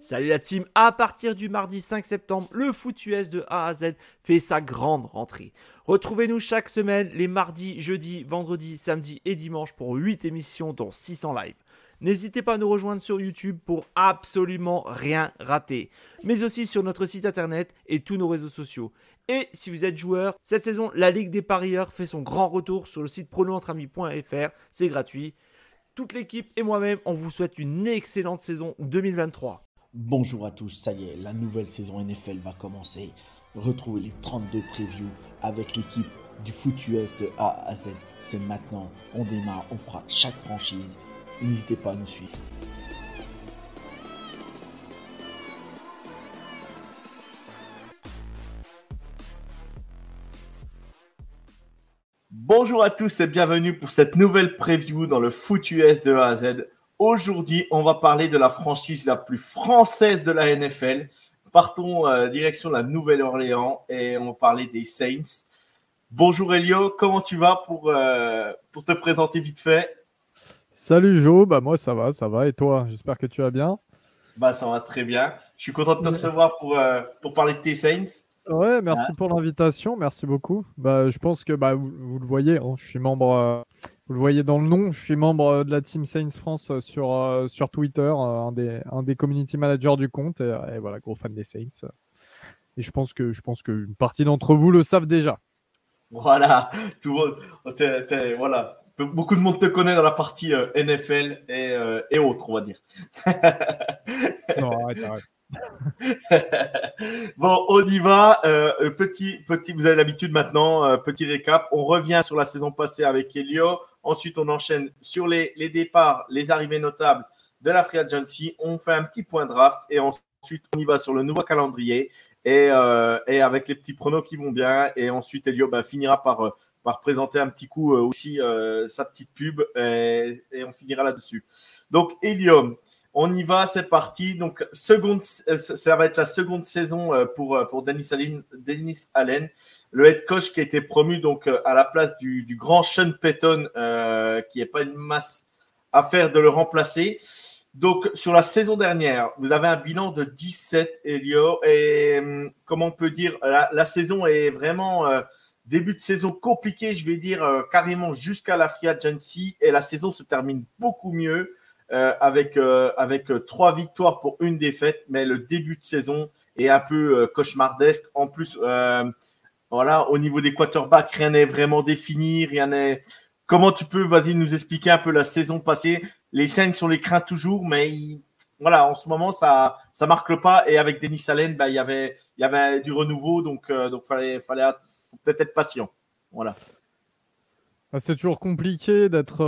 Salut la team, à partir du mardi 5 septembre, le Foot US de A à Z fait sa grande rentrée. Retrouvez-nous chaque semaine les mardis, jeudis, vendredis, samedis et dimanches pour 8 émissions dont 600 live. N'hésitez pas à nous rejoindre sur YouTube pour absolument rien rater, mais aussi sur notre site internet et tous nos réseaux sociaux. Et si vous êtes joueur, cette saison, la Ligue des parieurs fait son grand retour sur le site pronoentrami.fr, c'est gratuit. Toute l'équipe et moi-même, on vous souhaite une excellente saison 2023. Bonjour à tous, ça y est, la nouvelle saison NFL va commencer. Retrouvez les 32 previews avec l'équipe du Foot US de A à Z. C'est maintenant, on démarre, on fera chaque franchise. N'hésitez pas à nous suivre. Bonjour à tous et bienvenue pour cette nouvelle preview dans le Foot US de A à Z. Aujourd'hui, on va parler de la franchise la plus française de la NFL. Partons direction la Nouvelle-Orléans et on va parler des Saints. Bonjour Elio, comment tu vas pour te présenter vite fait? Salut Jo, moi ça va. Et toi? J'espère que tu vas bien. Ça va très bien. Je suis content de te recevoir pour parler de tes Saints. Ouais, merci pour l'invitation, merci beaucoup. Je pense que vous le voyez, hein, je suis membre, vous le voyez dans le nom, je suis membre de la Team Saints France sur Twitter, un des community managers du compte, et voilà, gros fan des Saints. Et je pense que une partie d'entre vous le savent déjà. Voilà, tout le monde, voilà. Beaucoup de monde te connaît dans la partie NFL et autres, on va dire. Non, arrête. Bon, on y va. Petit, vous avez l'habitude maintenant. Petit récap. On revient sur la saison passée avec Elio. Ensuite, on enchaîne sur les départs, les arrivées notables de la Free Agency. On fait un petit point draft et ensuite, on y va sur le nouveau calendrier et avec les petits pronos qui vont bien. Et ensuite, Elio finira par présenter un petit coup aussi sa petite pub et on finira là-dessus. Donc, Elio, on y va, c'est parti. Donc, ça va être la seconde saison pour Dennis Allen, le head coach qui a été promu donc à la place du grand Sean Payton, qui n'est pas une masse à faire de le remplacer. Donc, sur la saison dernière, vous avez un bilan de 17, Elio. Et comment on peut dire, la saison est vraiment début de saison compliqué, je vais dire carrément jusqu'à la Free Agency. Et la saison se termine beaucoup mieux. Avec 3 victoires pour 1 défaite, mais le début de saison est un peu cauchemardesque. En plus, voilà, au niveau des quarterbacks, rien n'est vraiment défini. Comment tu peux, vas-y, nous expliquer un peu la saison passée? Les Saints, on les craint toujours, mais voilà, en ce moment, ça marque le pas. Et avec Dennis Allen, il y avait du renouveau, donc fallait faut peut-être être patient. Voilà. C'est toujours compliqué d'être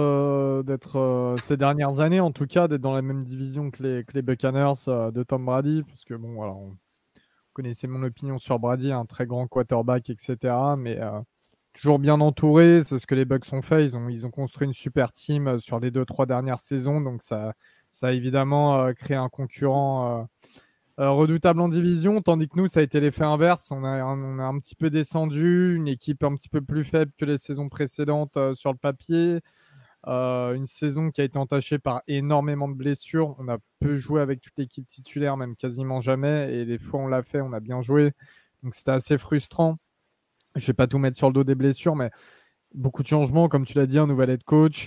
ces dernières années, en tout cas, d'être dans la même division que les Buccaneers de Tom Brady, parce que voilà, on connaissait mon opinion sur Brady, un très grand quarterback, etc. Mais toujours bien entouré, c'est ce que les Bucs ont fait. Ils ont construit une super team sur les 2-3 dernières saisons, donc ça a évidemment créé un concurrent redoutable en division, tandis que nous, ça a été l'effet inverse. On a un petit peu descendu, une équipe un petit peu plus faible que les saisons précédentes sur le papier. Une saison qui a été entachée par énormément de blessures. On a peu joué avec toute l'équipe titulaire, même quasiment jamais. Et les fois où on l'a fait, on a bien joué. Donc c'était assez frustrant. Je ne vais pas tout mettre sur le dos des blessures, mais beaucoup de changements, comme tu l'as dit, un nouvel head coach.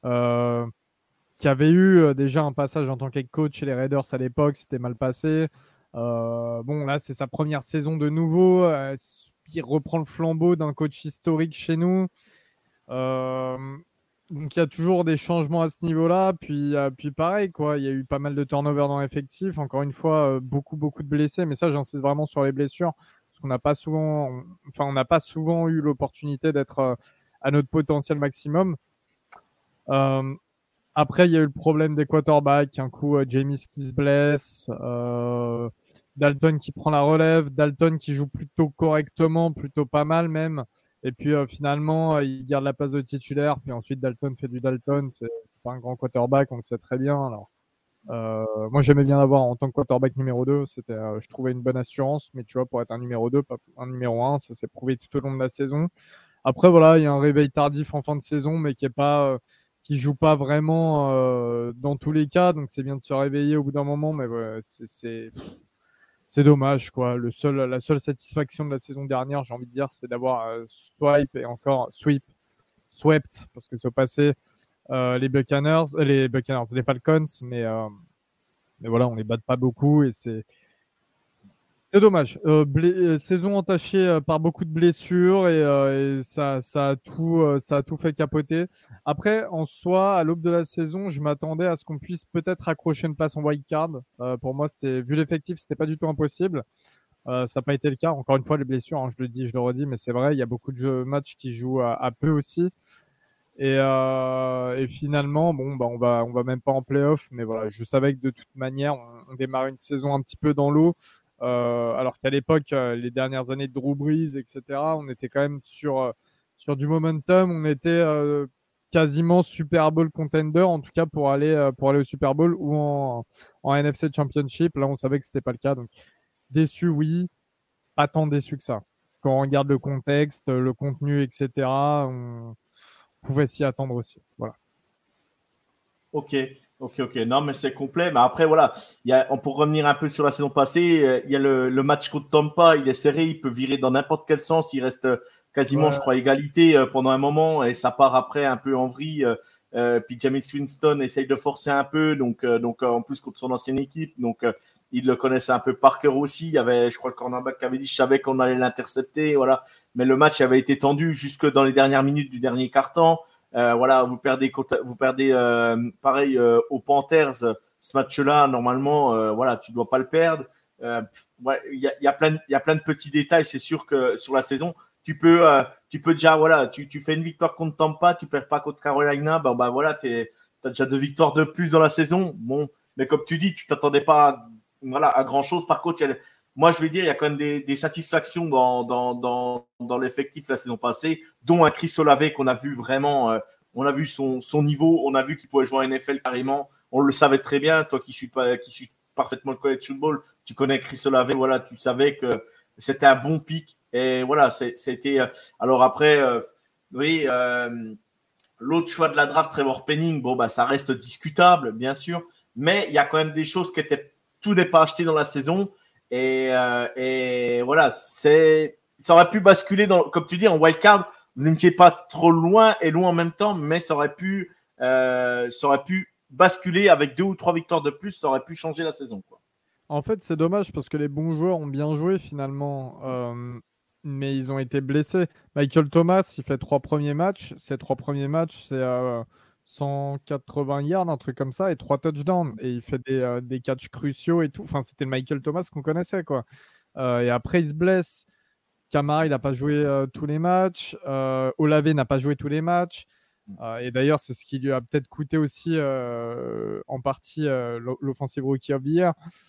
Qui avait eu déjà un passage en tant qu'head coach chez les Raiders à l'époque, c'était mal passé. Là, c'est sa première saison de nouveau. Il reprend le flambeau d'un coach historique chez nous. Donc, il y a toujours des changements à ce niveau-là. Puis pareil, quoi, il y a eu pas mal de turnover dans l'effectif. Encore une fois, beaucoup de blessés. Mais ça, j'insiste vraiment sur les blessures. Parce qu'on n'a pas souvent eu l'opportunité d'être à notre potentiel maximum. Après, il y a eu le problème des quarterbacks. Un coup, Jameis qui se blesse, Dalton qui prend la relève, Dalton qui joue plutôt correctement, plutôt pas mal même. Et puis finalement, il garde la place de titulaire. Puis ensuite, Dalton fait du Dalton. C'est pas un grand quarterback, on le sait très bien. Alors, moi, j'aimais bien l'avoir en tant que quarterback numéro 2. Je trouvais une bonne assurance. Mais tu vois, pour être un numéro 2, pas un numéro 1, ça s'est prouvé tout au long de la saison. Après, voilà, il y a un réveil tardif en fin de saison, mais qui est pas qui joue pas vraiment dans tous les cas, donc c'est bien de se réveiller au bout d'un moment, mais c'est dommage, quoi. La seule satisfaction de la saison dernière, j'ai envie de dire, c'est d'avoir swept, parce que c'est au passé les Falcons, mais voilà, on les bat pas beaucoup et c'est dommage. Saison entachée par beaucoup de blessures et ça a tout fait capoter. Après, en soi, à l'aube de la saison, je m'attendais à ce qu'on puisse peut-être accrocher une place en wild card. Pour moi, vu l'effectif, c'était pas du tout impossible. Ça n'a pas été le cas. Encore une fois, les blessures, hein, je le dis, je le redis, mais c'est vrai, il y a beaucoup de matchs qui jouent à peu aussi. Et finalement, bon, bah, on va même pas en playoff, mais voilà, je savais que de toute manière, on démarrait une saison un petit peu dans l'eau, alors qu'à l'époque, les dernières années de Drew Brees, etc., on était quand même sur du momentum, on était quasiment Super Bowl contender, en tout cas pour aller au Super Bowl ou en NFC Championship. Là, on savait que c'était pas le cas, donc déçu, oui, pas tant déçu que ça. Quand on regarde le contexte, le contenu, etc., on pouvait s'y attendre aussi. Voilà. Ok, ok. Non, mais c'est complet. Mais après, voilà, pour revenir un peu sur la saison passée, il y a le match contre Tampa, il est serré, il peut virer dans n'importe quel sens. Il reste quasiment, je crois, égalité pendant un moment et ça part après un peu en vrille. Puis Jameis Winston essaye de forcer un peu, donc en plus contre son ancienne équipe, donc il le connaissait un peu par cœur aussi. Il y avait, je crois, le cornerback qui avait dit, je savais qu'on allait l'intercepter, voilà. Mais le match avait été tendu jusque dans les dernières minutes du dernier quart-temps. Voilà, vous perdez pareil aux Panthers ce match-là. Normalement, voilà, tu dois pas le perdre. Ouais, il y a plein de petits détails. C'est sûr que sur la saison, tu peux déjà voilà, tu fais une victoire contre Tampa, tu perds pas contre Carolina, bah voilà, t'as déjà 2 victoires de plus dans la saison. Bon, mais comme tu dis, tu t'attendais pas voilà à grand chose. Par contre, moi, je vais dire, il y a quand même des satisfactions dans l'effectif la saison passée, dont un Chris Olave qu'on a vu vraiment, on a vu son niveau, on a vu qu'il pouvait jouer en NFL carrément. On le savait très bien, toi qui suis parfaitement le college football, tu connais Chris Olave, voilà, tu savais que c'était un bon pick. Et voilà, c'était. Alors après, oui, l'autre choix de la draft, Trevor Penning, bon, bah, ça reste discutable, bien sûr, mais il y a quand même des choses qui étaient. Tout n'est pas acheté dans la saison. Et voilà, ça aurait pu basculer, comme tu dis, en wildcard. Vous n'étiez pas trop loin et loin en même temps, mais ça aurait pu basculer avec 2 ou 3 victoires de plus, ça aurait pu changer la saison, quoi. En fait, c'est dommage parce que les bons joueurs ont bien joué finalement, mais ils ont été blessés. Michael Thomas, il fait 3 premiers matchs. Ces 3 premiers matchs, c'est 180 yards, un truc comme ça, et 3 touchdowns. Et il fait des catchs cruciaux et tout. Enfin, c'était le Michael Thomas qu'on connaissait, quoi. Et après, il se blesse. Kamara, il n'a pas joué tous les matchs. Olave n'a pas joué tous les matchs. Et d'ailleurs, c'est ce qui lui a peut-être coûté aussi en partie l'Offensive Rookie of the Year.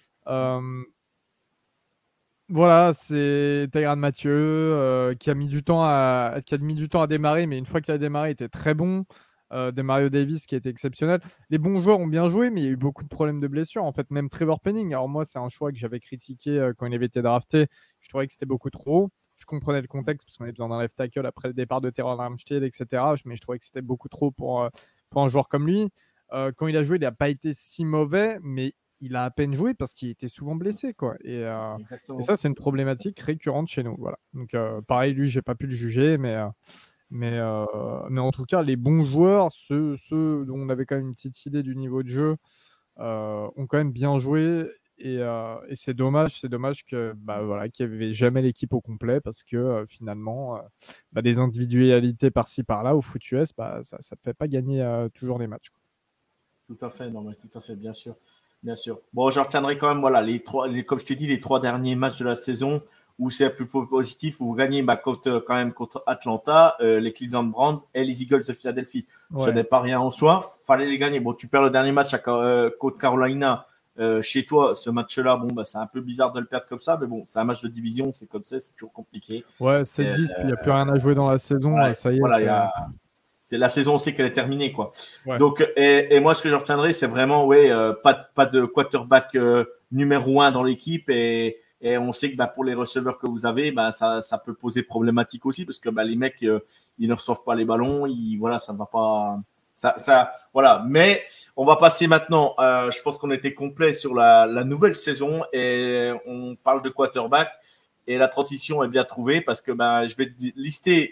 Voilà, c'est Tyrann Mathieu qui a mis du temps à démarrer, mais une fois qu'il a démarré, il était très bon. Demario Davis qui a été exceptionnel. Les bons joueurs ont bien joué, mais il y a eu beaucoup de problèmes de blessures. En fait, même Trevor Penning. Alors moi, c'est un choix que j'avais critiqué quand il avait été drafté. Je trouvais que c'était beaucoup trop haut. Je comprenais le contexte parce qu'on avait besoin d'un left tackle après le départ de Terrell Armstead, etc. Mais je trouvais que c'était beaucoup trop pour un joueur comme lui. Quand il a joué, il n'a pas été si mauvais, mais il a à peine joué parce qu'il était souvent blessé, quoi. Et ça, c'est une problématique récurrente chez nous. Voilà. Donc, pareil, lui, j'ai pas pu le juger, mais en tout cas, les bons joueurs, ceux dont on avait quand même une petite idée du niveau de jeu, ont quand même bien joué. Et c'est dommage que voilà, qu'il n'y avait jamais l'équipe au complet parce que finalement, des individualités par-ci par-là au foot US, ça ne te fait pas gagner toujours des matchs, quoi. Tout à fait, non, mais tout à fait, bien sûr. Bien sûr. Bon, je retiendrai quand même, voilà, comme je t'ai dit, les 3 derniers matchs de la saison où c'est plus positif, où vous gagnez quand même contre Atlanta, les Cleveland Browns et les Eagles de Philadelphie. Ouais. Ce n'est pas rien en soi, fallait les gagner. Bon, tu perds le dernier match contre Carolina chez toi, ce match-là, bon, c'est un peu bizarre de le perdre comme ça, mais bon, c'est un match de division, c'est comme ça, c'est toujours compliqué. Ouais, 7-10, puis il n'y a plus rien à jouer dans la saison, Ouais, ça y est. voilà, c'est la saison aussi qu'elle est terminée, quoi. Ouais. Donc, et moi, ce que je retiendrai, c'est vraiment, pas de quarterback numéro 1 dans l'équipe et on sait que pour les receveurs que vous avez, ça peut poser problématique aussi parce que les mecs, ils ne reçoivent pas les ballons, voilà, ça va pas, Voilà. Mais on va passer maintenant. Je pense qu'on était complet sur la nouvelle saison et on parle de quarterback et la transition est bien trouvée parce que je vais lister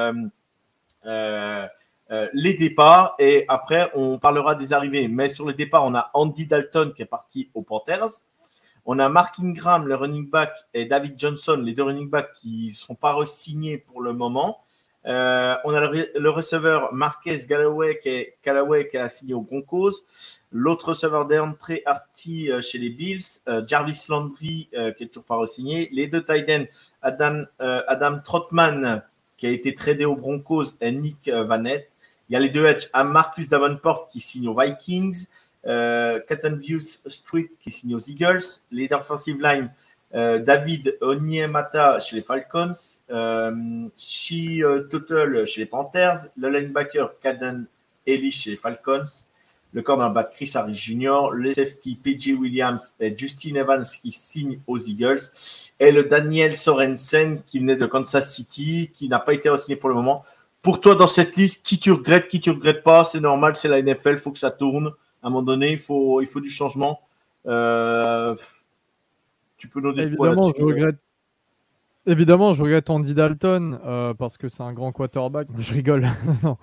les départs et après on parlera des arrivées. Mais sur les départs, on a Andy Dalton qui est parti aux Panthers. On a Mark Ingram, le running back, et David Johnson, les deux running backs qui ne sont pas re-signés pour le moment. On a le receveur Marquez Callaway qui a signé aux Broncos. L'autre receveur d'entrée Artie chez les Bills. Jarvis Landry qui est toujours pas re-signé. Les deux tight ends Adam Trotman qui a été tradé aux Broncos et Nick Vanette. Il y a les deux edge Marcus Davenport qui signe aux Vikings. Catanview Street qui signe aux Eagles. Les offensive line David Onyemata chez les Falcons, Total chez les Panthers, le linebacker Caden Ellis chez les Falcons, le cornerback Chris Harris Jr., le safety PJ Williams et Justin Evans qui signent aux Eagles, et le Daniel Sorensen qui venait de Kansas City, qui n'a pas été re-signé pour le moment. Pour toi, dans cette liste, qui tu regrettes pas, c'est normal, c'est la NFL, il faut que ça tourne. À un moment donné, il faut du changement. Tu peux nous dire quoi là-dessus? Évidemment, je regrette Andy Dalton parce que c'est un grand quarterback. Je rigole. Non.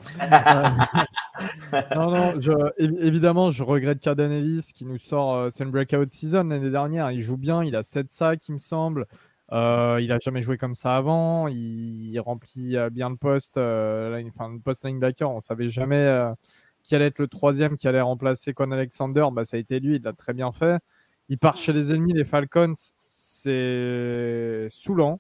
Évidemment, je regrette Caden Ellis qui nous sort. C'est une breakout season l'année dernière. Il joue bien. Il a 7 sacs, il me semble. Il n'a jamais joué comme ça avant. Il remplit bien le poste. Le poste linebacker. On ne savait jamais qui allait être le troisième qui allait remplacer Con Alexander. Ça a été lui. Il l'a très bien fait. Il part chez les ennemis, les Falcons. C'est saoulant.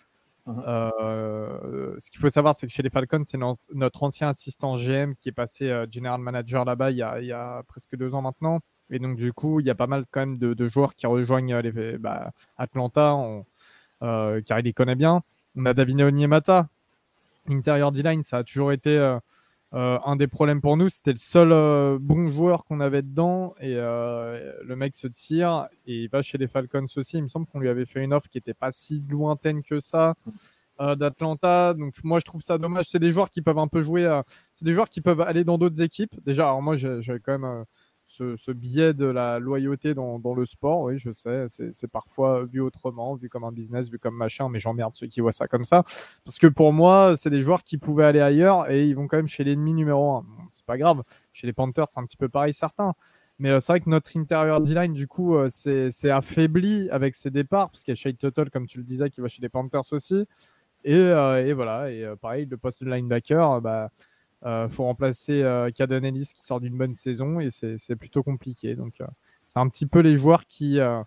Ce qu'il faut savoir, c'est que chez les Falcons, c'est notre ancien assistant GM qui est passé general manager là-bas il y a presque 2 ans maintenant. Et donc, du coup, il y a pas mal quand même de joueurs qui rejoignent Atlanta, car il les connaît bien. On a David Onyemata, intérieur D-line, ça a toujours été un des problèmes pour nous. C'était le seul bon joueur qu'on avait dedans. Et le mec se tire et il va chez les Falcons aussi. Il me semble qu'on lui avait fait une offre qui n'était pas si lointaine que ça d'Atlanta. Donc moi, je trouve ça dommage. C'est des joueurs qui peuvent un peu jouer. C'est des joueurs qui peuvent aller dans d'autres équipes. Déjà, alors moi, j'ai quand même ce biais de la loyauté dans le sport. Oui, je sais, c'est parfois vu autrement, vu comme un business, vu comme machin, mais j'emmerde ceux qui voient ça comme ça. Parce que pour moi, c'est des joueurs qui pouvaient aller ailleurs et ils vont quand même chez l'ennemi numéro 1. Bon, c'est pas grave. Chez les Panthers, c'est un petit peu pareil, certains. Mais c'est vrai que notre intérieur D-line, du coup, c'est affaibli avec ses départs, parce qu'il y a Shea Tuttle, comme tu le disais, qui va chez les Panthers aussi. Et voilà. Et pareil, le poste de linebacker, faut remplacer Caden Ellis qui sort d'une bonne saison et c'est plutôt compliqué. Donc, c'est un petit peu les joueurs que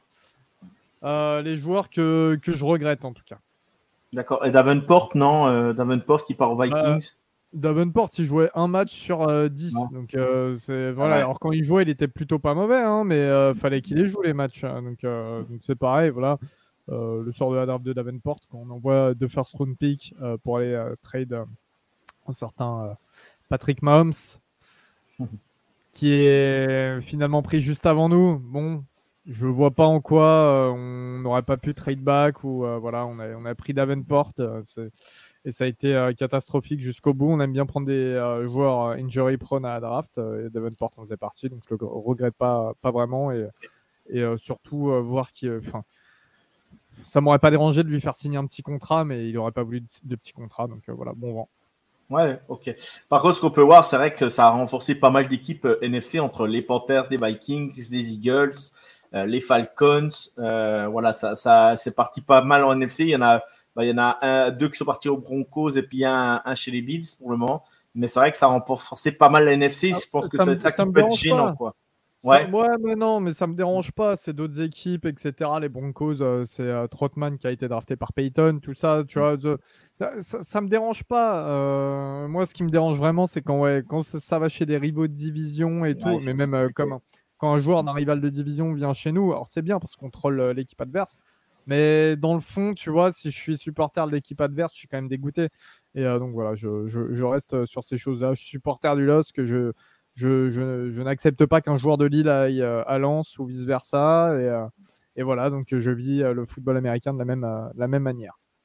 je regrette en tout cas. D'accord. Et Davenport, non Davenport qui part aux Vikings. Davenport, il jouait un match sur 10. Non. Donc, voilà. Alors, quand il jouait, il était plutôt pas mauvais, hein, mais fallait qu'il les joue les matchs. Hein, donc, c'est pareil. Voilà. Le sort de la draft de Davenport, quand on envoie 2 first round pick pour aller trade un certain Patrick Mahomes, qui est finalement pris juste avant nous. Bon, je vois pas en quoi on n'aurait pas pu trade back ou voilà, on a pris Davenport et ça a été catastrophique jusqu'au bout. On aime bien prendre des joueurs injury prone à la draft et Davenport en faisait partie, donc je le regrette pas vraiment et surtout voir ça m'aurait pas dérangé de lui faire signer un petit contrat, mais il aurait pas voulu de petit contrat, donc voilà, bon vent. Ouais, ok. Par contre, ce qu'on peut voir, c'est vrai que ça a renforcé pas mal d'équipes NFC entre les Panthers, les Vikings, les Eagles, les Falcons. Voilà, ça c'est parti pas mal en NFC. Il y en a 2 qui sont partis aux Broncos et puis un chez les Bills pour le moment. Mais c'est vrai que ça a renforcé pas mal la NFC. Je pense que c'est ça qui peut être gênant, quoi. Ouais, mais non, mais ça me dérange pas. C'est d'autres équipes, etc. Les Broncos, c'est Trotman qui a été drafté par Peyton, tout ça. Tu vois, ça me dérange pas. Moi, ce qui me dérange vraiment, c'est quand ça va chez des rivaux de division et tout. Mais même quand un joueur d'un rival de division vient chez nous, alors c'est bien parce qu'on troll l'équipe adverse. Mais dans le fond, tu vois, si je suis supporter de l'équipe adverse, je suis quand même dégoûté. Et donc voilà, je reste sur ces choses-là. Je suis supporter du LOSC, que je n'accepte pas qu'un joueur de Lille aille à Lens ou vice-versa. Et voilà, donc je vis le football américain de la même manière.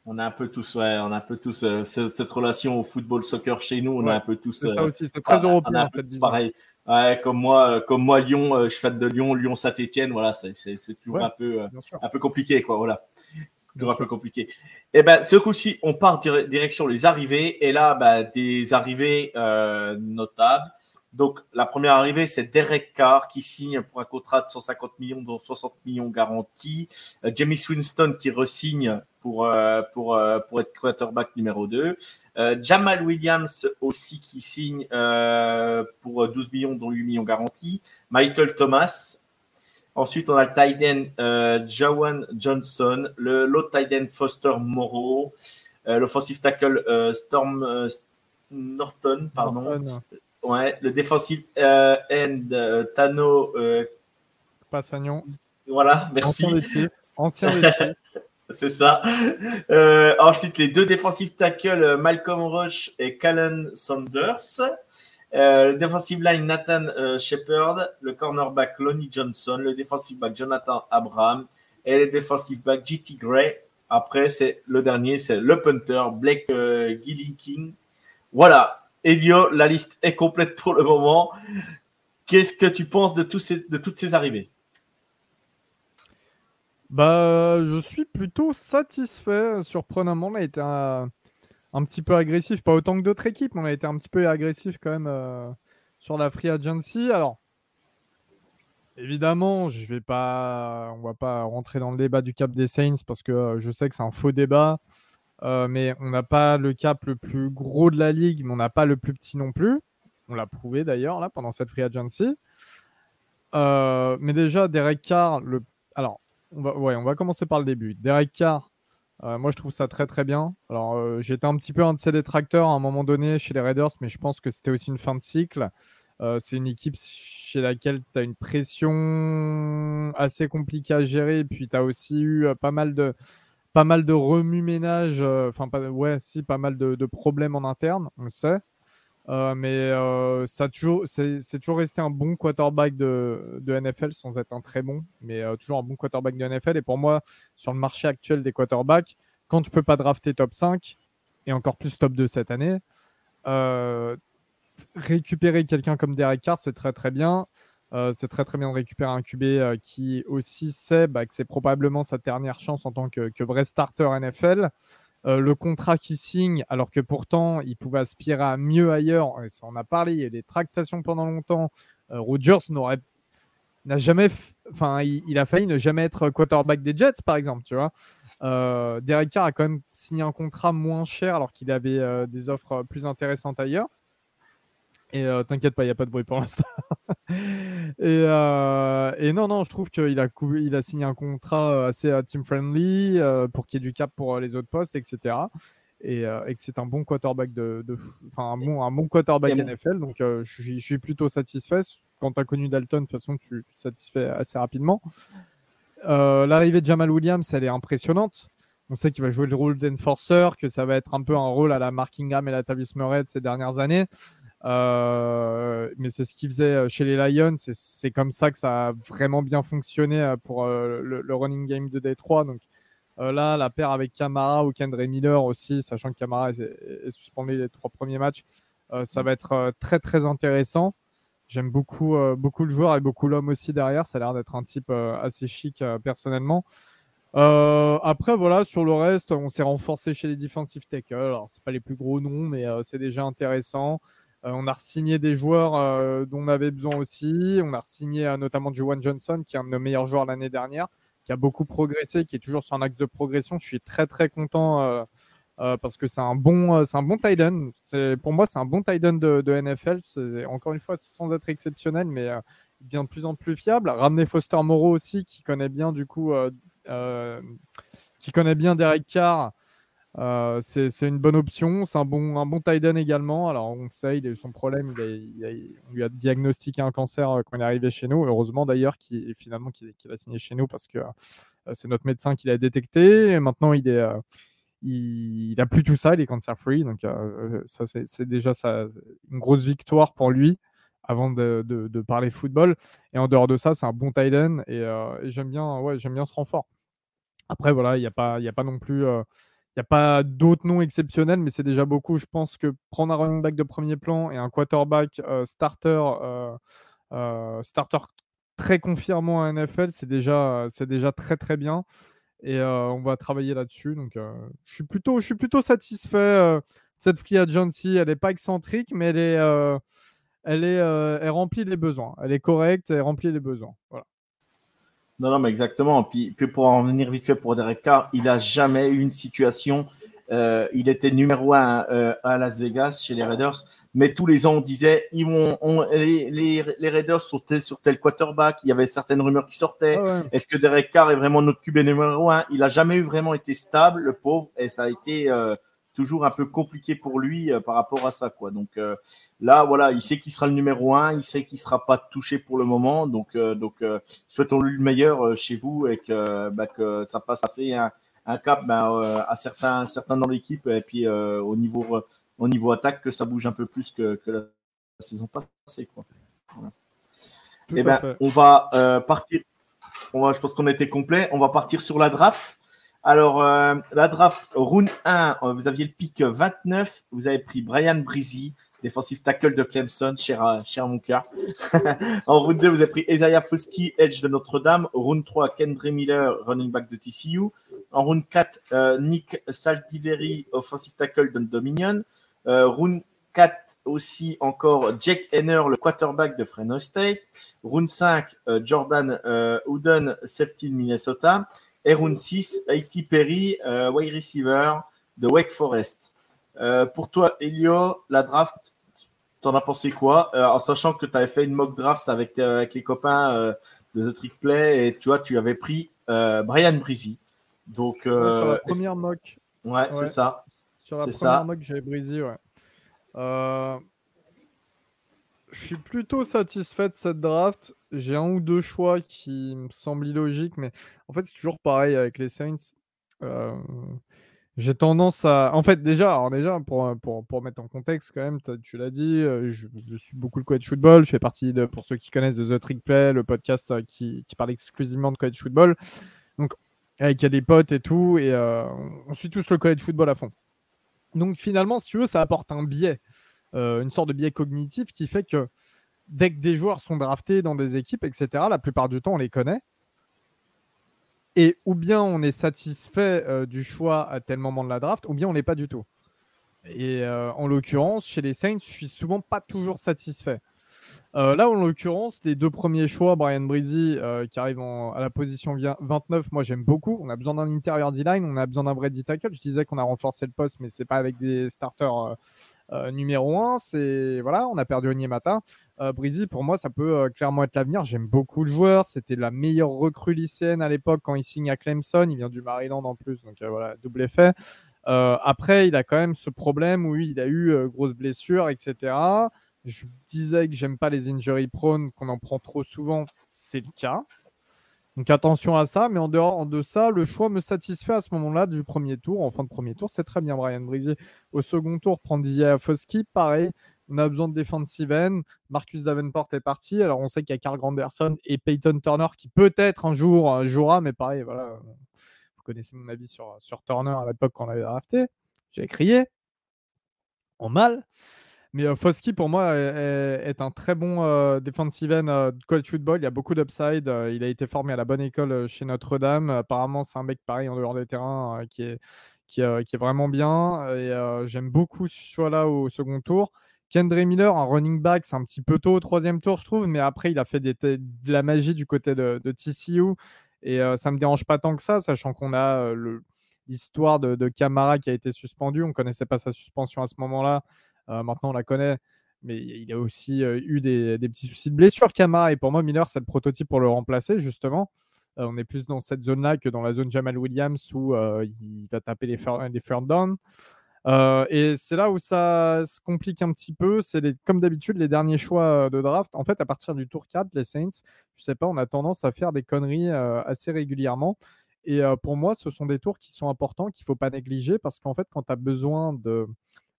On a un peu tous, cette relation au football soccer chez nous. On a un peu tous. C'est ça aussi, c'est très européen, on a un peu cette tous vision. pareil. Ouais, comme moi, Lyon, je suis fan de Lyon, Lyon-Saint-Étienne. Voilà, c'est toujours un peu compliqué, quoi. Voilà, toujours un peu compliqué. Et ben, ce coup-ci, on part direction les arrivées. Et là, des arrivées notables. Donc, la première arrivée, c'est Derek Carr qui signe pour un contrat de 150 millions, dont 60 millions garantis. James Winston qui re-signe pour être quarterback numéro 2. Jamal Williams aussi qui signe pour 12 millions, dont 8 millions garantis. Michael Thomas. Ensuite, on a le tight end Jawan Johnson, l'autre tight end Foster Moreau, l'offensive tackle Storm Norton, pardon. Ouais, le defensive end Tano Passagnon. Voilà, merci. Ancien des Chiefs. C'est ça. Ensuite, les 2 defensive tackles Malcolm Rush et Callan Saunders. Le defensive line Nathan Shepard, le cornerback Lonnie Johnson, le defensive back Jonathan Abraham et le defensive back J.T. Gray. Après, c'est le dernier, c'est le punter Blake Gillikin. Voilà. Elio, la liste est complète pour le moment. Qu'est-ce que tu penses de toutes ces arrivées? Je suis plutôt satisfait. Surprenamment, on a été un petit peu agressif, pas autant que d'autres équipes, mais on a été un petit peu agressif quand même sur la free agency. Alors, évidemment, on va pas rentrer dans le débat du cap des Saints parce que je sais que c'est un faux débat. Mais on n'a pas le cap le plus gros de la ligue, mais on n'a pas le plus petit non plus. On l'a prouvé d'ailleurs là pendant cette free agency. Mais déjà, Derek Carr, alors on va commencer par le début. Derek Carr, moi je trouve ça très très bien. Alors j'étais un petit peu un de ses détracteurs à un moment donné chez les Raiders, mais je pense que c'était aussi une fin de cycle. C'est une équipe chez laquelle tu as une pression assez compliquée à gérer, et puis tu as aussi eu pas mal de remue-ménage, pas mal de problèmes en interne, on le sait. Mais c'est toujours resté un bon quarterback de NFL sans être un très bon, mais toujours un bon quarterback de NFL. Et pour moi, sur le marché actuel des quarterbacks, quand tu peux pas drafter top 5 et encore plus top 2 cette année, récupérer quelqu'un comme Derek Carr, c'est très très bien. C'est très très bien de récupérer un QB qui aussi sait que c'est probablement sa dernière chance en tant que vrai starter NFL. Le contrat qu'il signe, alors que pourtant il pouvait aspirer à mieux ailleurs, ça en a parlé, il y a eu des tractations pendant longtemps. Rodgers n'a jamais, il a failli ne jamais être quarterback des Jets par exemple, tu vois. Derek Carr a quand même signé un contrat moins cher alors qu'il avait des offres plus intéressantes ailleurs. Et t'inquiète pas, il n'y a pas de bruit pour l'instant. et non, je trouve qu'il a signé un contrat assez team-friendly pour qu'il y ait du cap pour les autres postes, etc. Et que c'est un bon quarterback un bon quarterback NFL. Donc, je suis plutôt satisfait. Quand tu as connu Dalton, de toute façon, tu te satisfais assez rapidement. L'arrivée de Jamal Williams, elle est impressionnante. On sait qu'il va jouer le rôle d'enforcer, que ça va être un peu un rôle à la Mark Ingram et la Tavis Murray de ces dernières années. Mais c'est ce qu'il faisait chez les Lions. C'est comme ça que ça a vraiment bien fonctionné pour le running game de Détroit. Donc là, la paire avec Kamara ou Kendre Miller aussi, sachant que Kamara est suspendu les 3 premiers matchs, ça va être très très intéressant. J'aime beaucoup le joueur et beaucoup l'homme aussi derrière. Ça a l'air d'être un type assez chic personnellement. Après, voilà, sur le reste, on s'est renforcé chez les defensive tackles. Alors, c'est pas les plus gros noms, mais c'est déjà intéressant. On a re-signé des joueurs dont on avait besoin aussi. On a re-signé notamment Juwan Johnson, qui est un de nos meilleurs joueurs l'année dernière, qui a beaucoup progressé, qui est toujours sur un axe de progression. Je suis très très content parce que c'est un bon tight end. Pour moi, c'est un bon tight end de NFL. Encore une fois, sans être exceptionnel, mais bien de plus en plus fiable. Ramener Foster Moreau aussi, qui connaît bien du coup, qui connaît bien Derek Carr. C'est une bonne option. C'est un bon tight end également. Alors, on sait, il a eu son problème. On lui a diagnostiqué un cancer quand il est arrivé chez nous. Heureusement d'ailleurs qu'il a signé chez nous parce que c'est notre médecin qui l'a détecté. Et maintenant, il a plus tout ça. Il est cancer-free. Donc, ça, c'est déjà une grosse victoire pour lui avant de parler football. Et en dehors de ça, c'est un bon tight end. Et j'aime bien ce renfort. Après, voilà, il n'y a pas non plus n'y a pas d'autres noms exceptionnels, mais c'est déjà beaucoup. Je pense que prendre un running back de premier plan et un quarterback starter très confirmant à NFL, c'est déjà très très bien. Et on va travailler là-dessus. Donc, je suis plutôt satisfait. Cette free agency, elle n'est pas excentrique, mais elle remplit les besoins. Elle est correcte, elle remplit les besoins. Voilà. Non, mais exactement. Puis pour en venir vite fait pour Derek Carr, il n'a jamais eu une situation. Il était numéro 1 à Las Vegas chez les Raiders, mais tous les ans on disait les Raiders sautaient sur tel quarterback. Il y avait certaines rumeurs qui sortaient. Ah ouais. Est-ce que Derek Carr est vraiment notre QB numéro 1? Il n'a jamais vraiment été stable, le pauvre, et ça a été toujours un peu compliqué pour lui par rapport à ça, quoi. Donc là, voilà, il sait qu'il sera le numéro 1, il sait qu'il ne sera pas touché pour le moment. Donc souhaitons-lui le meilleur chez vous et que ça fasse passer un cap à certains dans l'équipe et puis au niveau attaque que ça bouge un peu plus que la saison passée, quoi. Voilà. Et on va partir. Je pense qu'on a été complet. On va partir sur la draft. Alors, la draft, round 1, vous aviez le pick 29. Vous avez pris Brian Bresee, défensif tackle de Clemson, cher mon cœur. En round 2, vous avez pris Isaiah Foskey, edge de Notre-Dame. Round 3, Kendre Miller, running back de TCU. En round 4, Nick Saldiveri, offensive tackle de Dominion. Round 4 aussi encore Jake Henner, le quarterback de Fresno State. Round 5, Jordan Wooden, safety de Minnesota. Et round 6, A.T. Perry, wide receiver de Wake Forest. Pour toi, Elio, la draft, t'en as pensé quoi? En sachant que tu avais fait une mock draft avec les copains de The Trick Play et tu vois, tu avais pris Brian Bresee. Donc, sur la première mock. Ouais, c'est ça. Sur la première mock, j'avais Bresee, ouais. Je suis plutôt satisfait de cette draft. J'ai un ou deux choix qui me semblent illogiques, mais en fait, c'est toujours pareil avec les Saints. J'ai tendance à. En fait, déjà pour mettre en contexte, quand même, tu l'as dit, je suis beaucoup le college football. Je fais partie pour ceux qui connaissent, de The Trick Play, le podcast qui parle exclusivement de college football. Donc, avec des potes et tout, et on suit tous le college football à fond. Donc, finalement, si tu veux, ça apporte un biais. Une sorte de biais cognitif qui fait que dès que des joueurs sont draftés dans des équipes, etc., la plupart du temps, on les connaît. Et ou bien on est satisfait du choix à tel moment de la draft, ou bien on n'est pas du tout. Et en l'occurrence, chez les Saints, je suis souvent pas toujours satisfait. Là, en l'occurrence, les deux premiers choix, Brian Bresee, qui arrive à la position 29, moi j'aime beaucoup. On a besoin d'un intérieur D-line, on a besoin d'un vrai D-tackle. Je disais qu'on a renforcé le poste, mais c'est pas avec des starters numéro 1. Voilà, on a perdu Onyemata. Bresee, pour moi, ça peut clairement être l'avenir. J'aime beaucoup le joueur. C'était la meilleure recrue lycéenne à l'époque quand il signe à Clemson. Il vient du Maryland en plus, donc voilà, double effet. Après, il a quand même ce problème où il a eu grosse blessure, etc. Je disais que j'aime pas les injury prone, qu'on en prend trop souvent. C'est le cas. Donc attention à ça. Mais en dehors de ça, le choix me satisfait à ce moment-là du premier tour. En fin de premier tour, c'est très bien Brian Bresee. Au second tour, prendre Isaiah Foskey, pareil. On a besoin de defensive end. Marcus Davenport est parti. Alors on sait qu'il y a Carl Granderson et Peyton Turner qui peut-être un jour jouera, mais pareil, voilà. Vous connaissez mon avis sur Turner à l'époque quand on l'avait drafté. J'ai crié en mal. Mais Foskey, pour moi, est un très bon defensive end de college football. Il y a beaucoup d'upside. Il a été formé à la bonne école chez Notre-Dame. Apparemment, c'est un mec pareil en dehors des terrains qui est vraiment bien. Et j'aime beaucoup ce choix-là au second tour. Kendre Miller, un running back, c'est un petit peu tôt au troisième tour, je trouve. Mais après, il a fait de la magie du côté de TCU. Et ça ne me dérange pas tant que ça, sachant qu'on a l'histoire de Camara qui a été suspendu. On ne connaissait pas sa suspension à ce moment-là. Maintenant, on la connaît, mais il a aussi eu des petits soucis de blessure, Camara. Et pour moi, Miller, c'est le prototype pour le remplacer, justement. On est plus dans cette zone-là que dans la zone Jamal Williams où il va taper les third down. Et c'est là où ça se complique un petit peu. C'est comme d'habitude, les derniers choix de draft. En fait, à partir du tour 4, les Saints, je sais pas, on a tendance à faire des conneries assez régulièrement. Et pour moi, ce sont des tours qui sont importants, qu'il ne faut pas négliger, parce qu'en fait, quand tu as besoin de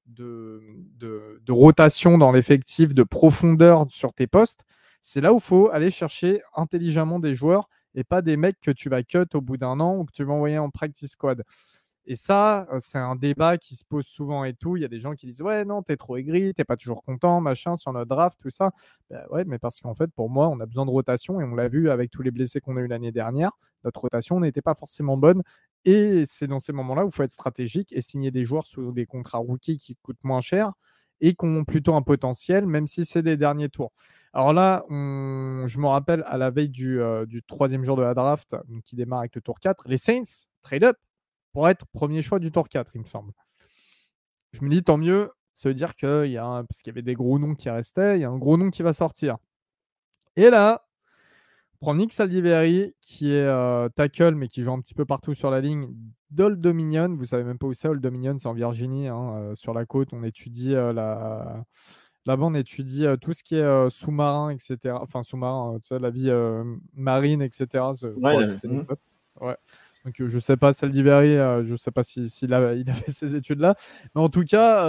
rotation dans l'effectif, de profondeur sur tes postes, c'est là où il faut aller chercher intelligemment des joueurs et pas des mecs que tu vas cut au bout d'un an ou que tu vas envoyer en practice squad. Et ça, c'est un débat qui se pose souvent et tout. Il y a des gens qui disent ouais, non, t'es trop aigri, t'es pas toujours content, machin, sur notre draft, tout ça. Ben ouais, mais parce qu'en fait, pour moi, on a besoin de rotation et on l'a vu avec tous les blessés qu'on a eu l'année dernière. Notre rotation n'était pas forcément bonne. Et c'est dans ces moments-là où il faut être stratégique et signer des joueurs sous des contrats rookies qui coûtent moins cher et qui ont plutôt un potentiel, même si c'est les derniers tours. Alors là, je me rappelle à la veille du 3e jour de la draft, qui démarre avec le tour 4, les Saints trade up pour être premier choix du tour 4, il me semble. Je me dis, tant mieux, ça veut dire parce qu'il y avait des gros noms qui restaient, il y a un gros nom qui va sortir. Et là, on prend Nick Saldiveri, qui est tackle, mais qui joue un petit peu partout sur la ligne, d'Old Dominion. Vous savez même pas où c'est, Old Dominion, c'est en Virginie, sur la côte. On étudie là-bas, on étudie tout ce qui est sous-marin, etc. Enfin, sous-marin, tu sais, la vie marine, etc. Ouais. Donc, je sais pas, Saldiveri, je sais pas s'il a fait ces études-là. Mais en tout cas,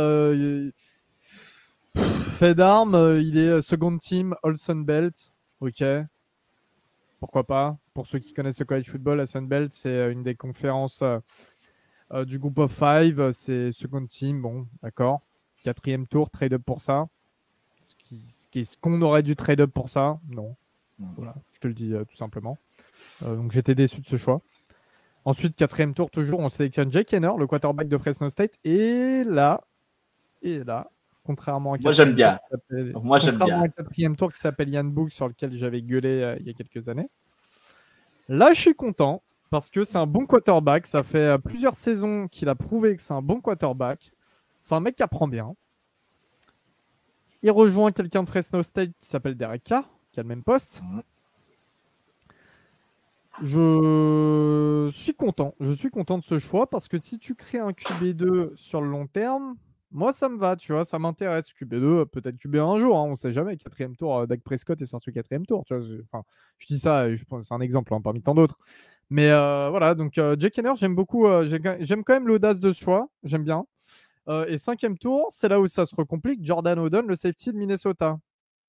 fait d'armes, il est second team, All-Sun Belt. Ok. Pourquoi pas? Pour ceux qui connaissent le college football, la Sun Belt, c'est une des conférences du Group of Five. C'est second team, bon, d'accord. 4e tour, trade-up pour ça. Est-ce qu'on aurait dû trade-up pour ça? Non. Voilà, je te le dis tout simplement. Donc j'étais déçu de ce choix. Ensuite, 4e tour, toujours, on sélectionne Jake Henner, le quarterback de Fresno State. Et là, contrairement à Moi, j'aime bien. Contrairement à un 4e tour qui s'appelle Ian Book, sur lequel j'avais gueulé il y a quelques années. Là, je suis content parce que c'est un bon quarterback. Ça fait plusieurs saisons qu'il a prouvé que c'est un bon quarterback. C'est un mec qui apprend bien. Il rejoint quelqu'un de Fresno State qui s'appelle Derek Carr, qui a le même poste. Je suis content. Je suis content de ce choix parce que si tu crées un QB2 sur le long terme, moi, ça me va, tu vois, ça m'intéresse. QB2, peut-être QB1 un jour, on ne sait jamais. 4e tour, Dak Prescott est sorti au 4e tour. Tu vois, je dis ça, je pense c'est un exemple parmi tant d'autres. Mais voilà, donc Jake Henner, j'aime beaucoup. J'aime quand même l'audace de ce choix. J'aime bien. Et 5e tour, c'est là où ça se recomplique. Jordan Oden, le safety de Minnesota.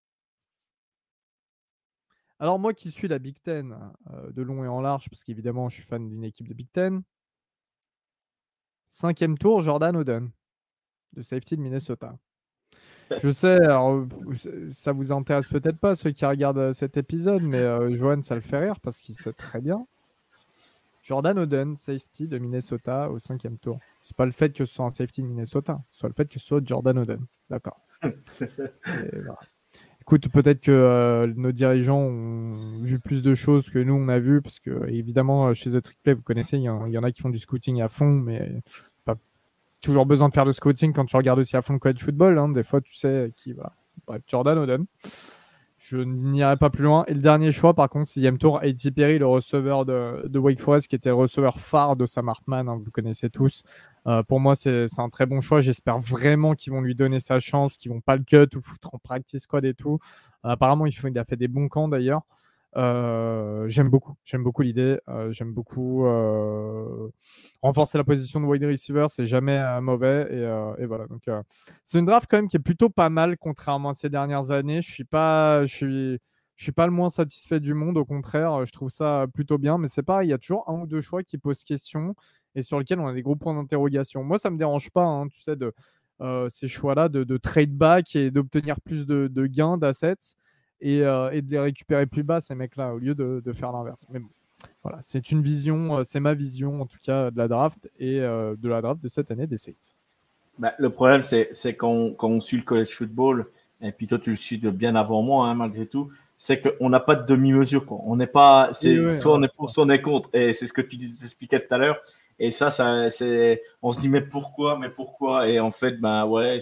Alors moi qui suis la Big Ten de long et en large, parce qu'évidemment je suis fan d'une équipe de Big Ten, 5e tour, Jordan Oden, de safety de Minnesota. Je sais, alors, ça vous intéresse peut-être pas ceux qui regardent cet épisode, mais Johan, ça le fait rire parce qu'il sait très bien. Jordan Oden, safety de Minnesota au 5e tour. C'est pas le fait que ce soit un safety de Minnesota, c'est le fait que ce soit Jordan Oden. D'accord. Voilà. Écoute, peut-être que nos dirigeants ont vu plus de choses que nous, on a vu, parce que évidemment, chez The Trick Play, vous connaissez, il y en a qui font du scouting à fond, mais pas toujours besoin de faire le scouting quand tu regardes aussi à fond le college football. Des fois, tu sais qui va. Bref, Jordan Oden. Je n'irai pas plus loin. Et le dernier choix, par contre, 6e tour, A.T. Perry, le receveur de Wake Forest, qui était le receveur phare de Sam Hartman, vous le connaissez tous. Pour moi, c'est un très bon choix. J'espère vraiment qu'ils vont lui donner sa chance, qu'ils vont pas le cut ou foutre en practice squad et tout. Apparemment, il a fait des bons camps d'ailleurs. J'aime beaucoup l'idée. J'aime beaucoup renforcer la position de wide receiver, c'est jamais mauvais. Et voilà. Donc, c'est une draft quand même qui est plutôt pas mal, contrairement à ces dernières années. Je suis pas le moins satisfait du monde. Au contraire, je trouve ça plutôt bien. Mais c'est pareil, il y a toujours un ou deux choix qui posent question et sur lesquels on a des gros points d'interrogation. Moi, ça me dérange pas, tu sais, ces choix-là de trade back et d'obtenir plus de gains d'assets. Et de les récupérer plus bas, ces mecs-là, au lieu de faire l'inverse. Mais bon, voilà, c'est une vision, c'est ma vision en tout cas de la draft et de la draft de cette année des Saints. Le problème, c'est quand on suit le college football, et puis toi tu le suis de bien avant moi, malgré tout, c'est qu'on n'a pas de demi-mesure. On n'est pas, soit on est pour, soit on est contre. Et c'est ce que tu expliquais tout à l'heure. Et ça on se dit mais pourquoi? Et en fait, ouais,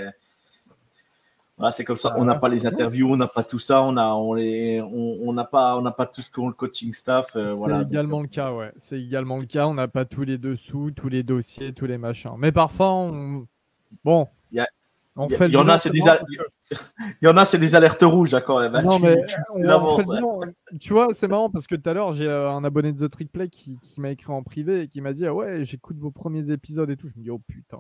voilà, c'est comme ça. On n'a pas les interviews, on n'a pas tout ça, on n'a pas tout ce qu'on le coaching staff. C'est également le cas, ouais. C'est également le cas. On n'a pas tous les dessous, tous les dossiers, tous les machins. Mais parfois, il y en a, c'est des alertes rouges, quand même. Non, tu vois, c'est marrant parce que tout à l'heure, j'ai un abonné de The Trick Play qui m'a écrit en privé et qui m'a dit ouais, j'écoute vos premiers épisodes et tout. Je me dis oh putain.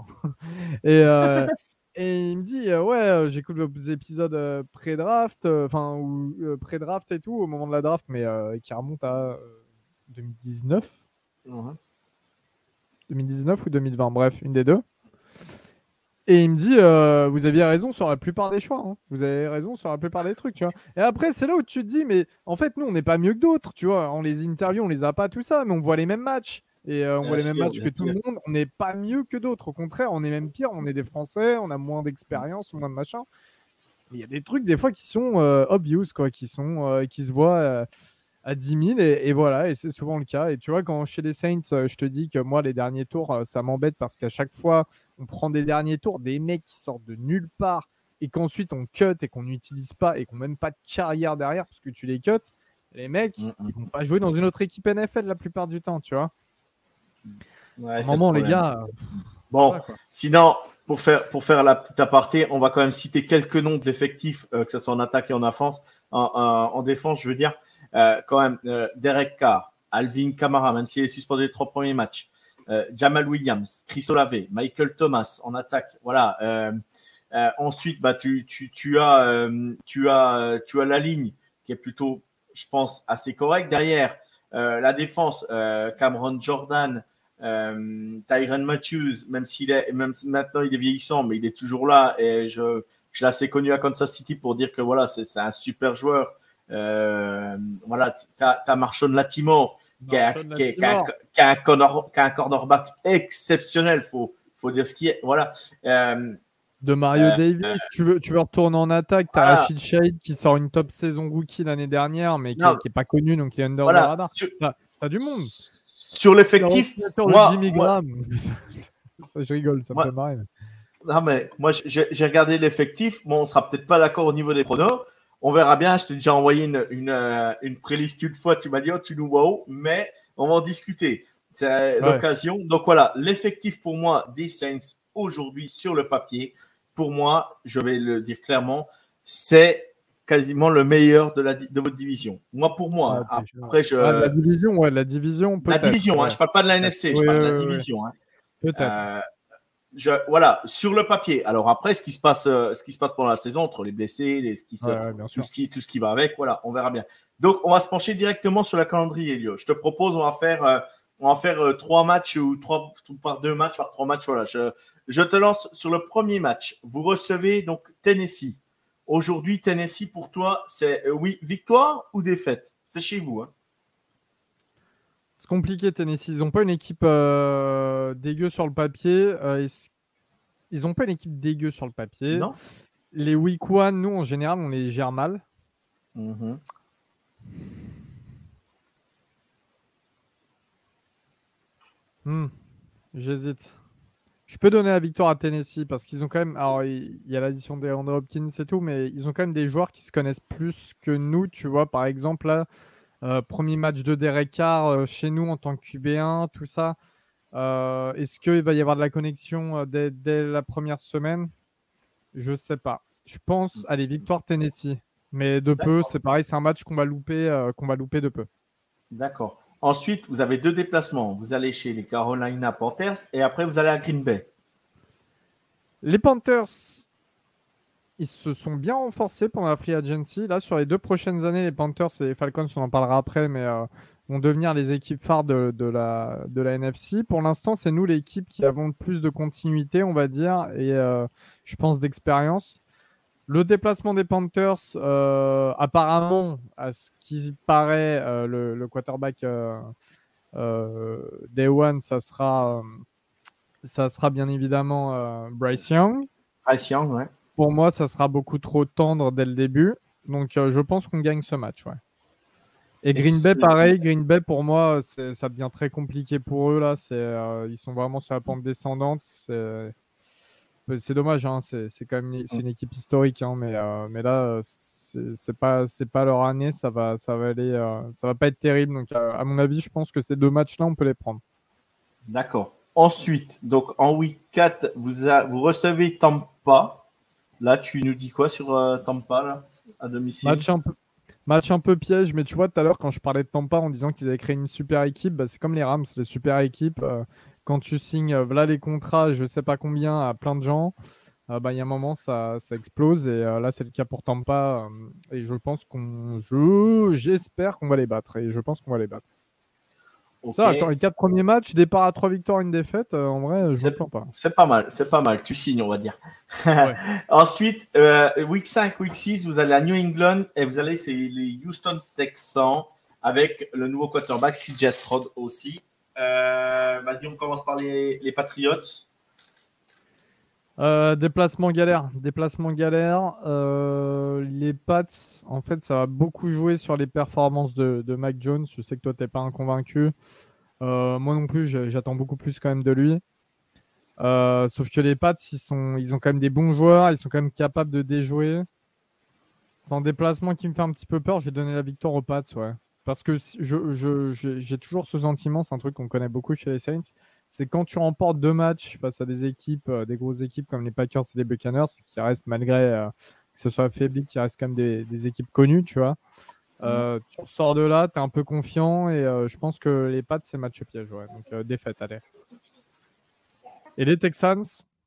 Et il me dit ouais, j'écoute vos épisodes pré-draft, ou pré-draft et tout au moment de la draft, mais qui remonte à 2019. 2019 ou 2020, bref, une des deux. Et il me dit, vous aviez raison sur la plupart des choix, hein. Vous avez raison sur la plupart des trucs, tu vois. Et après, c'est là où tu te dis, mais en fait, nous, on n'est pas mieux que d'autres, tu vois. On les interviews, on les a pas, tout ça, mais on voit les mêmes matchs. Et on voit les mêmes matchs que tout le monde. On n'est pas mieux que d'autres. Au contraire, on est même pire. On est des Français, on a moins d'expérience, moins de machin. Mais il y a des trucs, des fois, qui sont obvious, quoi, qui se voient à 10 000 et voilà, et c'est souvent le cas. Et tu vois, quand chez les Saints, je te dis que moi, les derniers tours, ça m'embête parce qu'à chaque fois, on prend des derniers tours, des mecs qui sortent de nulle part et qu'ensuite on cut et qu'on n'utilise pas et qu'on n'a même pas de carrière derrière parce que tu les cuts. Les mecs, ils vont pas jouer dans une autre équipe NFL la plupart du temps, tu vois. Ouais, à un moment, les gars. Bon, voilà, sinon, pour faire la petite aparté, on va quand même citer quelques noms d'effectifs, que ce soit en attaque et en défense. En défense, je veux dire, quand même, Derek Carr, Alvin Kamara, même s'il est suspendu les 3 premiers matchs, Jamal Williams, Chris Olave, Michael Thomas en attaque. Voilà. Ensuite, bah, tu as la ligne qui est plutôt, je pense, assez correcte. Derrière, la défense, Cameron Jordan, Tyrann Matthews, même maintenant il est vieillissant, mais il est toujours là. Et je l'ai assez connu à Kansas City pour dire que voilà, c'est un super joueur. Voilà, t'as Marshawn Lattimore qui a un cornerback exceptionnel. Faut dire ce qui est. Voilà. De Mario Davis, tu veux retourner en attaque, tu as Rashid Shaheed qui sort une top saison rookie l'année dernière, mais qui est pas connu, donc il est under the radar. T'as du monde. Sur l'effectif, Jimmy Graham. Je rigole, ça me fait marrer. Non, mais moi, j'ai regardé l'effectif. Bon, on sera peut-être pas d'accord au niveau des pronos. On verra bien. Je t'ai déjà envoyé une préliste une fois. Tu m'as dit, oh, tu nous vois où, mais on va en discuter. C'est l'occasion. Donc voilà, l'effectif pour moi des Saints aujourd'hui sur le papier, pour moi, je vais le dire clairement, c'est quasiment le meilleur de votre division. Moi, pour moi. Après, la division, ouais, la division peut-être. La division, hein, je parle pas de la NFC, je parle de la division. Hein. Peut-être. Voilà, sur le papier. Alors après, ce qui se passe pendant la saison, entre les blessés, tout ce qui va avec, voilà, on verra bien. Donc, on va se pencher directement sur la calendrier, Elio. Je te propose, on va faire 3 matchs ou 2 matchs, par 3 matchs. Voilà. Je te lance sur le premier match. Vous recevez donc Tennessee. Aujourd'hui, Tennessee, pour toi, c'est victoire ou défaite? C'est chez vous. Hein. C'est compliqué, Tennessee. Ils n'ont pas une équipe dégueu sur le papier. Ils n'ont pas une équipe dégueu sur le papier. Non. Les week 1, nous, en général, on les gère mal. Mm-hmm. J'hésite. Je peux donner la victoire à Tennessee parce qu'ils ont quand même. Alors, il y a l'addition des Andrew Hopkins et tout, mais ils ont quand même des joueurs qui se connaissent plus que nous. Tu vois, par exemple, là. Premier match de Derek Carr chez nous en tant que QB1, tout ça. Est-ce qu'il va y avoir de la connexion dès la première semaine? Je ne sais pas. Je pense, allez, victoire Tennessee. Mais de peu, c'est pareil, c'est un match qu'on va louper de peu. D'accord. Ensuite, vous avez 2 déplacements. Vous allez chez les Carolina Panthers et après, vous allez à Green Bay. Les Panthers, ils se sont bien renforcés pendant la free agency. Là, sur les 2 prochaines années, les Panthers et les Falcons, on en parlera après, mais vont devenir les équipes phares de la NFC. Pour l'instant, c'est nous l'équipe qui avons le plus de continuité, on va dire, et je pense d'expérience. Le déplacement des Panthers, apparemment, à ce qui paraît, le quarterback Day One, ça sera bien évidemment Bryce Young. Bryce Young, ouais. Pour moi, ça sera beaucoup trop tendre dès le début. Donc, je pense qu'on gagne ce match. Ouais. Et Green Bay, pareil. Green Bay, pour moi, ça devient très compliqué pour eux. Là. Ils sont vraiment sur la pente descendante. C'est dommage. Hein. C'est quand même une équipe historique. Hein. Mais là, c'est pas leur année. Ça va pas être terrible. Donc, à mon avis, je pense que ces 2 matchs-là, on peut les prendre. D'accord. Ensuite, donc en week 4, vous recevez Tampa. Là, tu nous dis quoi sur Tampa, là, à domicile? Match un peu piège, mais tu vois, tout à l'heure, quand je parlais de Tampa en disant qu'ils avaient créé une super équipe, c'est comme les Rams, c'est des super équipes. Quand tu signes voilà les contrats, je sais pas combien, à plein de gens, il y a un moment, ça explose. Et là, c'est le cas pour Tampa. Et je pense j'espère qu'on va les battre. Et je pense qu'on va les battre. Ok. Ça, sur les 4 premiers matchs, départ à 3 victoires, une défaite, en vrai, je ne me plains pas. C'est pas mal. Tu signes, on va dire. Ouais. Ensuite, week 5, week 6, vous allez à New England et vous allez, c'est les Houston Texans avec le nouveau quarterback, CJ Stroud aussi. Vas-y, on commence par les Patriots. Déplacement galère. Les Pats, en fait, ça va beaucoup jouer sur les performances de Mac Jones. Je sais que toi, tu n'es pas inconvaincu. Moi non plus, j'attends beaucoup plus quand même de lui. Sauf que les Pats, ils ont quand même des bons joueurs. Ils sont quand même capables de déjouer. C'est un déplacement qui me fait un petit peu peur. Je vais donner la victoire aux Pats, ouais. Parce que j'ai toujours ce sentiment, c'est un truc qu'on connaît beaucoup chez les Saints, c'est quand tu remportes 2 matchs face à des équipes, des grosses équipes comme les Packers et les Buccaneers, qui restent malgré que ce soit affaibli, qui restent quand même des équipes connues, tu vois. Tu ressors de là, tu es un peu confiant et je pense que les Pats, c'est match piège, ouais. Donc défaite, allez. Et les Texans,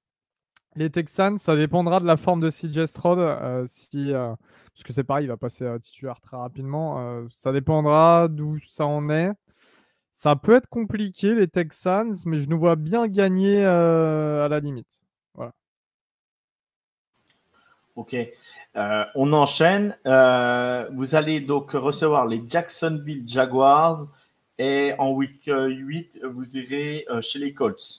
ça dépendra de la forme de CJ Stroud. Parce que c'est pareil, il va passer titulaire très rapidement. Ça dépendra d'où ça en est. Ça peut être compliqué, les Texans, mais je nous vois bien gagner à la limite. Voilà. Ok. On enchaîne. Vous allez donc recevoir les Jacksonville Jaguars et en week 8, vous irez chez les Colts.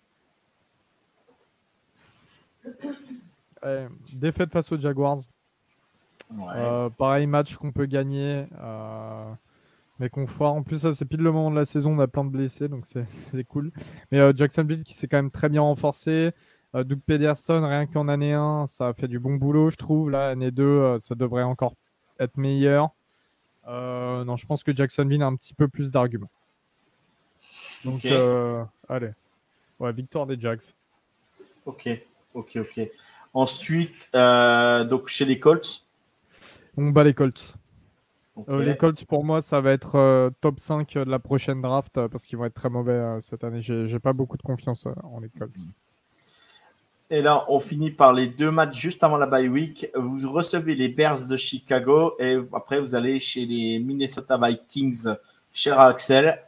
Défaite face aux Jaguars. Ouais. Pareil, match qu'on peut gagner, mais qu'on foire. En plus, là, c'est pile le moment de la saison, on a plein de blessés, donc c'est cool. Mais Jacksonville qui s'est quand même très bien renforcé. Doug Pederson, rien qu'en année 1, ça a fait du bon boulot, je trouve. Là, année 2, ça devrait encore être meilleur. Non, je pense que Jacksonville a un petit peu plus d'arguments. Donc, Ok. allez. Ouais, victoire des Jags. Ok. Ensuite, donc chez les Colts. On bat les Colts. Ok. Les Colts, pour moi, ça va être top 5 de la prochaine draft parce qu'ils vont être très mauvais cette année. J'ai pas beaucoup de confiance en les Colts. Et là, on finit par les 2 matchs juste avant la bye week. Vous recevez les Bears de Chicago et après, vous allez chez les Minnesota Vikings, cher Axel.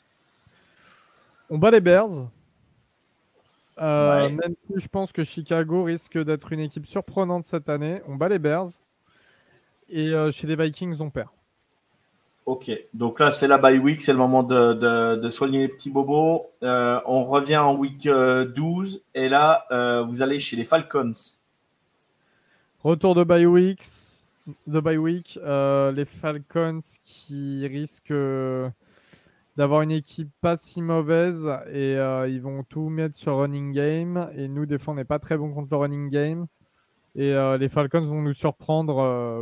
On bat les Bears. Ouais. Même si je pense que Chicago risque d'être une équipe surprenante cette année. On bat les Bears. Et chez les Vikings, on perd. Ok, donc là c'est la bye week, c'est le moment de soigner les petits bobos. On revient en week 12 et là vous allez chez les Falcons. Retour de bye week. Les Falcons qui risquent d'avoir une équipe pas si mauvaise et ils vont tout mettre sur running game. Et nous, des fois, on n'est pas très bon contre le running game. Et les Falcons vont nous surprendre,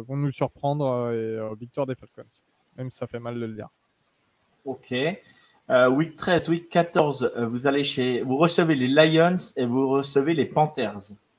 et victoire des Falcons. Même si ça fait mal de le dire. Ok. Week 13, week 14, vous recevez les Lions et vous recevez les Panthers.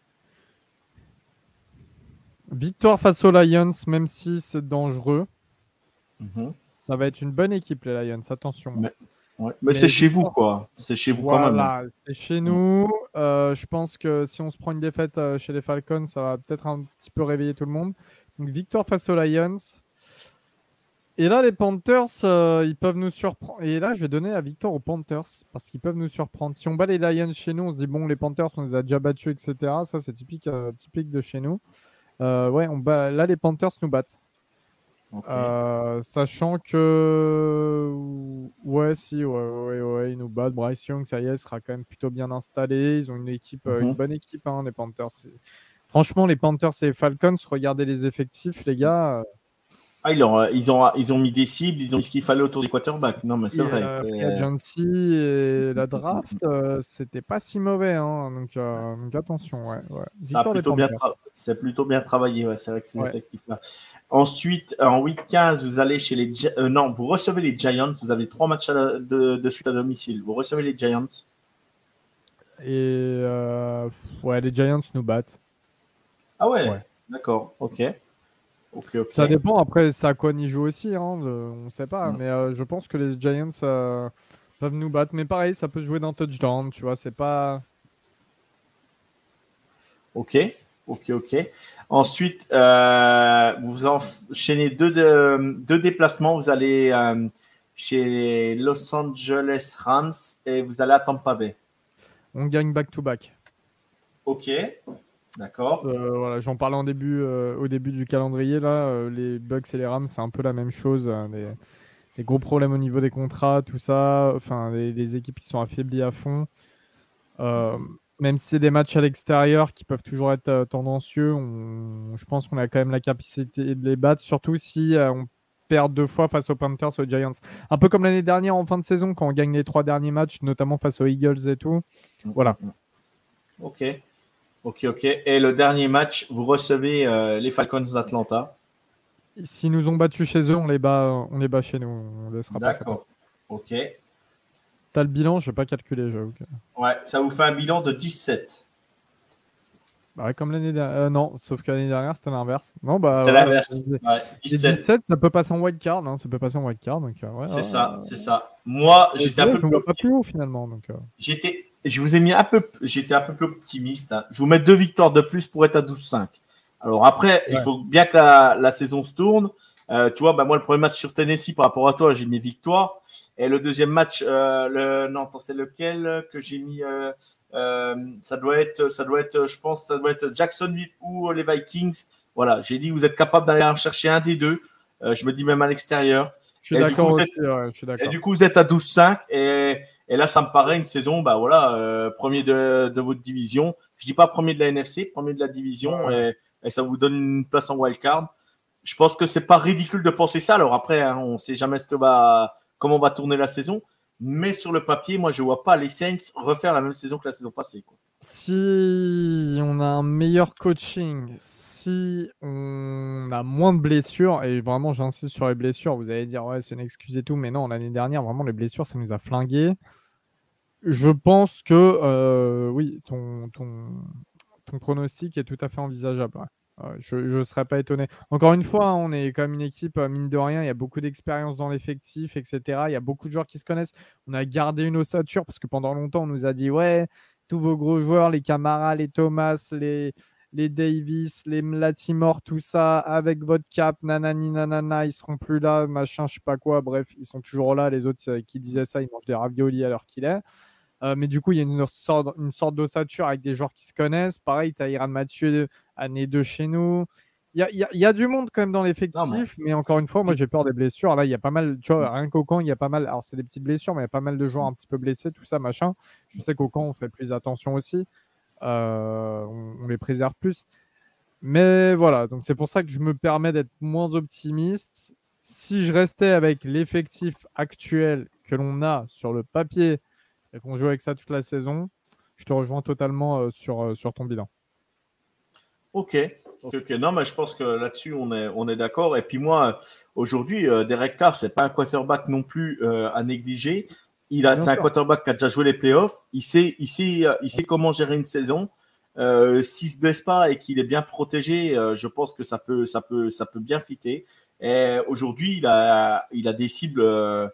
Victoire face aux Lions, même si c'est dangereux. Mhm. Ça va être une bonne équipe, les Lions. Attention. Mais, ouais. Mais c'est chez vous, quoi. C'est chez vous quand même. Voilà, c'est chez nous. Je pense que si on se prend une défaite chez les Falcons, ça va peut-être un petit peu réveiller tout le monde. Donc, victoire face aux Lions. Et là, les Panthers, ils peuvent nous surprendre. Et là, je vais donner la victoire aux Panthers parce qu'ils peuvent nous surprendre. Si on bat les Lions chez nous, on se dit, bon, les Panthers, on les a déjà battus, etc. Ça, c'est typique de chez nous. Ouais, là, les Panthers nous battent. Okay. Sachant que ouais, ils nous battent. Bryce Young, ça y est, sera quand même plutôt bien installé. Ils ont une équipe, une bonne équipe, hein, les Panthers. Franchement, les Panthers et les Falcons, regardez les effectifs, les gars. Ils ont mis des cibles, ils ont mis ce qu'il fallait autour des quarterbacks. Non, mais c'est vrai. La free agency et la draft, c'était pas si mauvais, hein, donc attention, ouais. C'est plutôt bien travaillé, ouais, c'est vrai que c'est effectif là. Ensuite, en week 15, vous allez chez les vous recevez les Giants. Vous avez 3 matchs de suite à domicile. Vous recevez les Giants. Et les Giants nous battent. Ah ouais. D'accord, ok. Ça dépend, après, c'est à quoi ils jouent aussi, hein, on ne sait pas, mais je pense que les Giants peuvent nous battre. Mais pareil, ça peut se jouer dans touchdown, tu vois, c'est pas... Ok. Ensuite, vous enchaînez deux déplacements. Vous allez chez les Los Angeles Rams et vous allez à Tampa Bay. On gagne back-to-back. Ok, d'accord. Voilà, j'en parlais au début du calendrier. Là, les Bucks et les Rams, c'est un peu la même chose. Des gros problèmes au niveau des contrats, tout ça. Enfin, les équipes qui sont affaiblies à fond. Même si c'est des matchs à l'extérieur qui peuvent toujours être tendancieux, je pense qu'on a quand même la capacité de les battre, surtout si on perd 2 fois face aux Panthers, aux Giants. Un peu comme l'année dernière en fin de saison, quand on gagne les 3 derniers matchs, notamment face aux Eagles et tout. Voilà. Ok. Et le dernier match, vous recevez les Falcons d'Atlanta. S'ils nous ont battus chez eux, on les bat chez nous. On laissera pas ça. D'accord. Ok. T'as le bilan, je n'ai pas calculé, j'avoue. Ouais, ça vous fait un bilan de 17. Bah, comme l'année dernière. Non, sauf que l'année dernière, c'était l'inverse. Non, bah, c'était l'inverse. Ouais, 17, ça peut passer en wildcard. Hein, ça peut passer en wildcard. Donc, ouais, c'est ça. Moi, j'étais un peu plus haut finalement. Donc, je vous ai mis j'étais un peu plus optimiste. Hein. Je vous mets 2 victoires de plus pour être à 12-5. Alors après, il faut bien que la saison se tourne. Tu vois, bah, moi, le premier match sur Tennessee par rapport à toi, j'ai mis victoire. Et le deuxième match, c'est lequel que j'ai mis ça doit être, je pense, ça doit être Jacksonville ou les Vikings. Voilà, j'ai dit vous êtes capable d'aller en chercher un des deux. Je me dis même à l'extérieur. Je suis d'accord aussi. Je suis d'accord. Et du coup, vous êtes à 12-5 et là, ça me paraît une saison, bah voilà, premier de votre division. Je dis pas premier de la NFC, premier de la division et ça vous donne une place en wildcard. Je pense que c'est pas ridicule de penser ça. Alors après, hein, on sait jamais comment va tourner la saison. Mais sur le papier, moi, je vois pas les Saints refaire la même saison que la saison passée. Quoi. Si on a un meilleur coaching, si on a moins de blessures, et vraiment j'insiste sur les blessures, vous allez dire ouais c'est une excuse et tout, mais non, l'année dernière, vraiment les blessures, ça nous a flingués. Je pense que oui, ton pronostic est tout à fait envisageable. Ouais. Je ne serais pas étonné. Encore une fois, hein, on est quand même une équipe, mine de rien, il y a beaucoup d'expérience dans l'effectif, etc. Il y a beaucoup de joueurs qui se connaissent. On a gardé une ossature parce que pendant longtemps, on nous a dit ouais, tous vos gros joueurs, les Camara, les Thomas, les Davis, les Latimore, tout ça, avec votre cap, nanani, nanana, ils seront plus là, machin, je sais pas quoi. Bref, ils sont toujours là. Les autres qui disaient ça, ils mangent des raviolis à l'heure qu'il est. Mais du coup, il y a une sorte d'ossature avec des joueurs qui se connaissent. Pareil, tu as Iran Mathieu, année 2 chez nous. Il y a du monde quand même dans l'effectif, mais encore une fois, moi j'ai peur des blessures. Là, il y a pas mal, tu vois, rien qu'au camp, il y a pas mal. Alors, c'est des petites blessures, mais il y a pas mal de joueurs un petit peu blessés, tout ça, machin. Je sais qu'au camp, on fait plus attention aussi. On les préserve plus. Mais voilà, donc c'est pour ça que je me permets d'être moins optimiste. Si je restais avec l'effectif actuel que l'on a sur le papier, et qu'on joue avec ça toute la saison, je te rejoins totalement sur ton bilan. Ok. Non, mais je pense que là-dessus, on est d'accord. Et puis moi, aujourd'hui, Derek Carr, c'est pas un quarterback non plus à négliger. C'est un quarterback qui a déjà joué les playoffs. Il sait comment gérer une saison. S'il se blesse pas et qu'il est bien protégé, je pense que ça peut bien fitter. Et aujourd'hui, il a des cibles.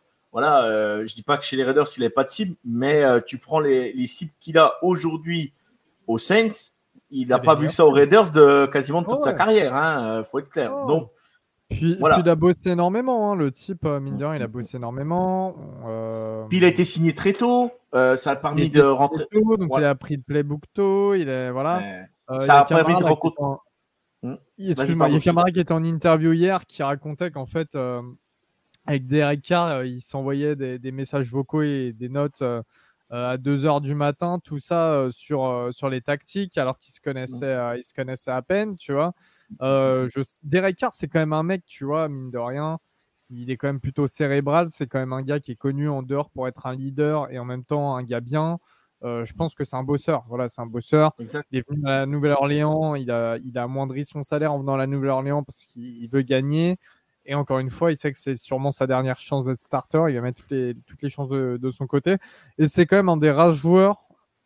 Je dis pas que chez les Raiders, il n'a pas de cible, mais tu prends les cibles qu'il a aujourd'hui aux Saints, il n'a pas vu ça aux Raiders de quasiment toute sa carrière, hein, faut être clair. Donc, puis il a bossé énormément, hein, le type, mine de rien, il a bossé énormément. Puis il a été signé très tôt, ça a permis de rentrer. Tôt, donc il a pris le playbook tôt, ça a permis de rencontrer. Excuse-moi, il y a Camara qui était en interview hier qui racontait qu'en fait, avec Derek Carr, il s'envoyait des messages vocaux et des notes à 2h du matin, tout ça sur les tactiques, alors qu'ils se connaissaient à peine, tu vois. Derek Carr, c'est quand même un mec, tu vois, mine de rien, il est quand même plutôt cérébral, c'est quand même un gars qui est connu en dehors pour être un leader et en même temps un gars bien. Je pense que c'est un bosseur. Voilà, c'est un bosseur. Exact. Il est venu à la Nouvelle-Orléans, il a amoindri son salaire en venant à la Nouvelle-Orléans parce qu'il veut gagner. Et encore une fois, il sait que c'est sûrement sa dernière chance d'être starter. Il va mettre toutes les chances de son côté. Et c'est quand même un des rares joueurs,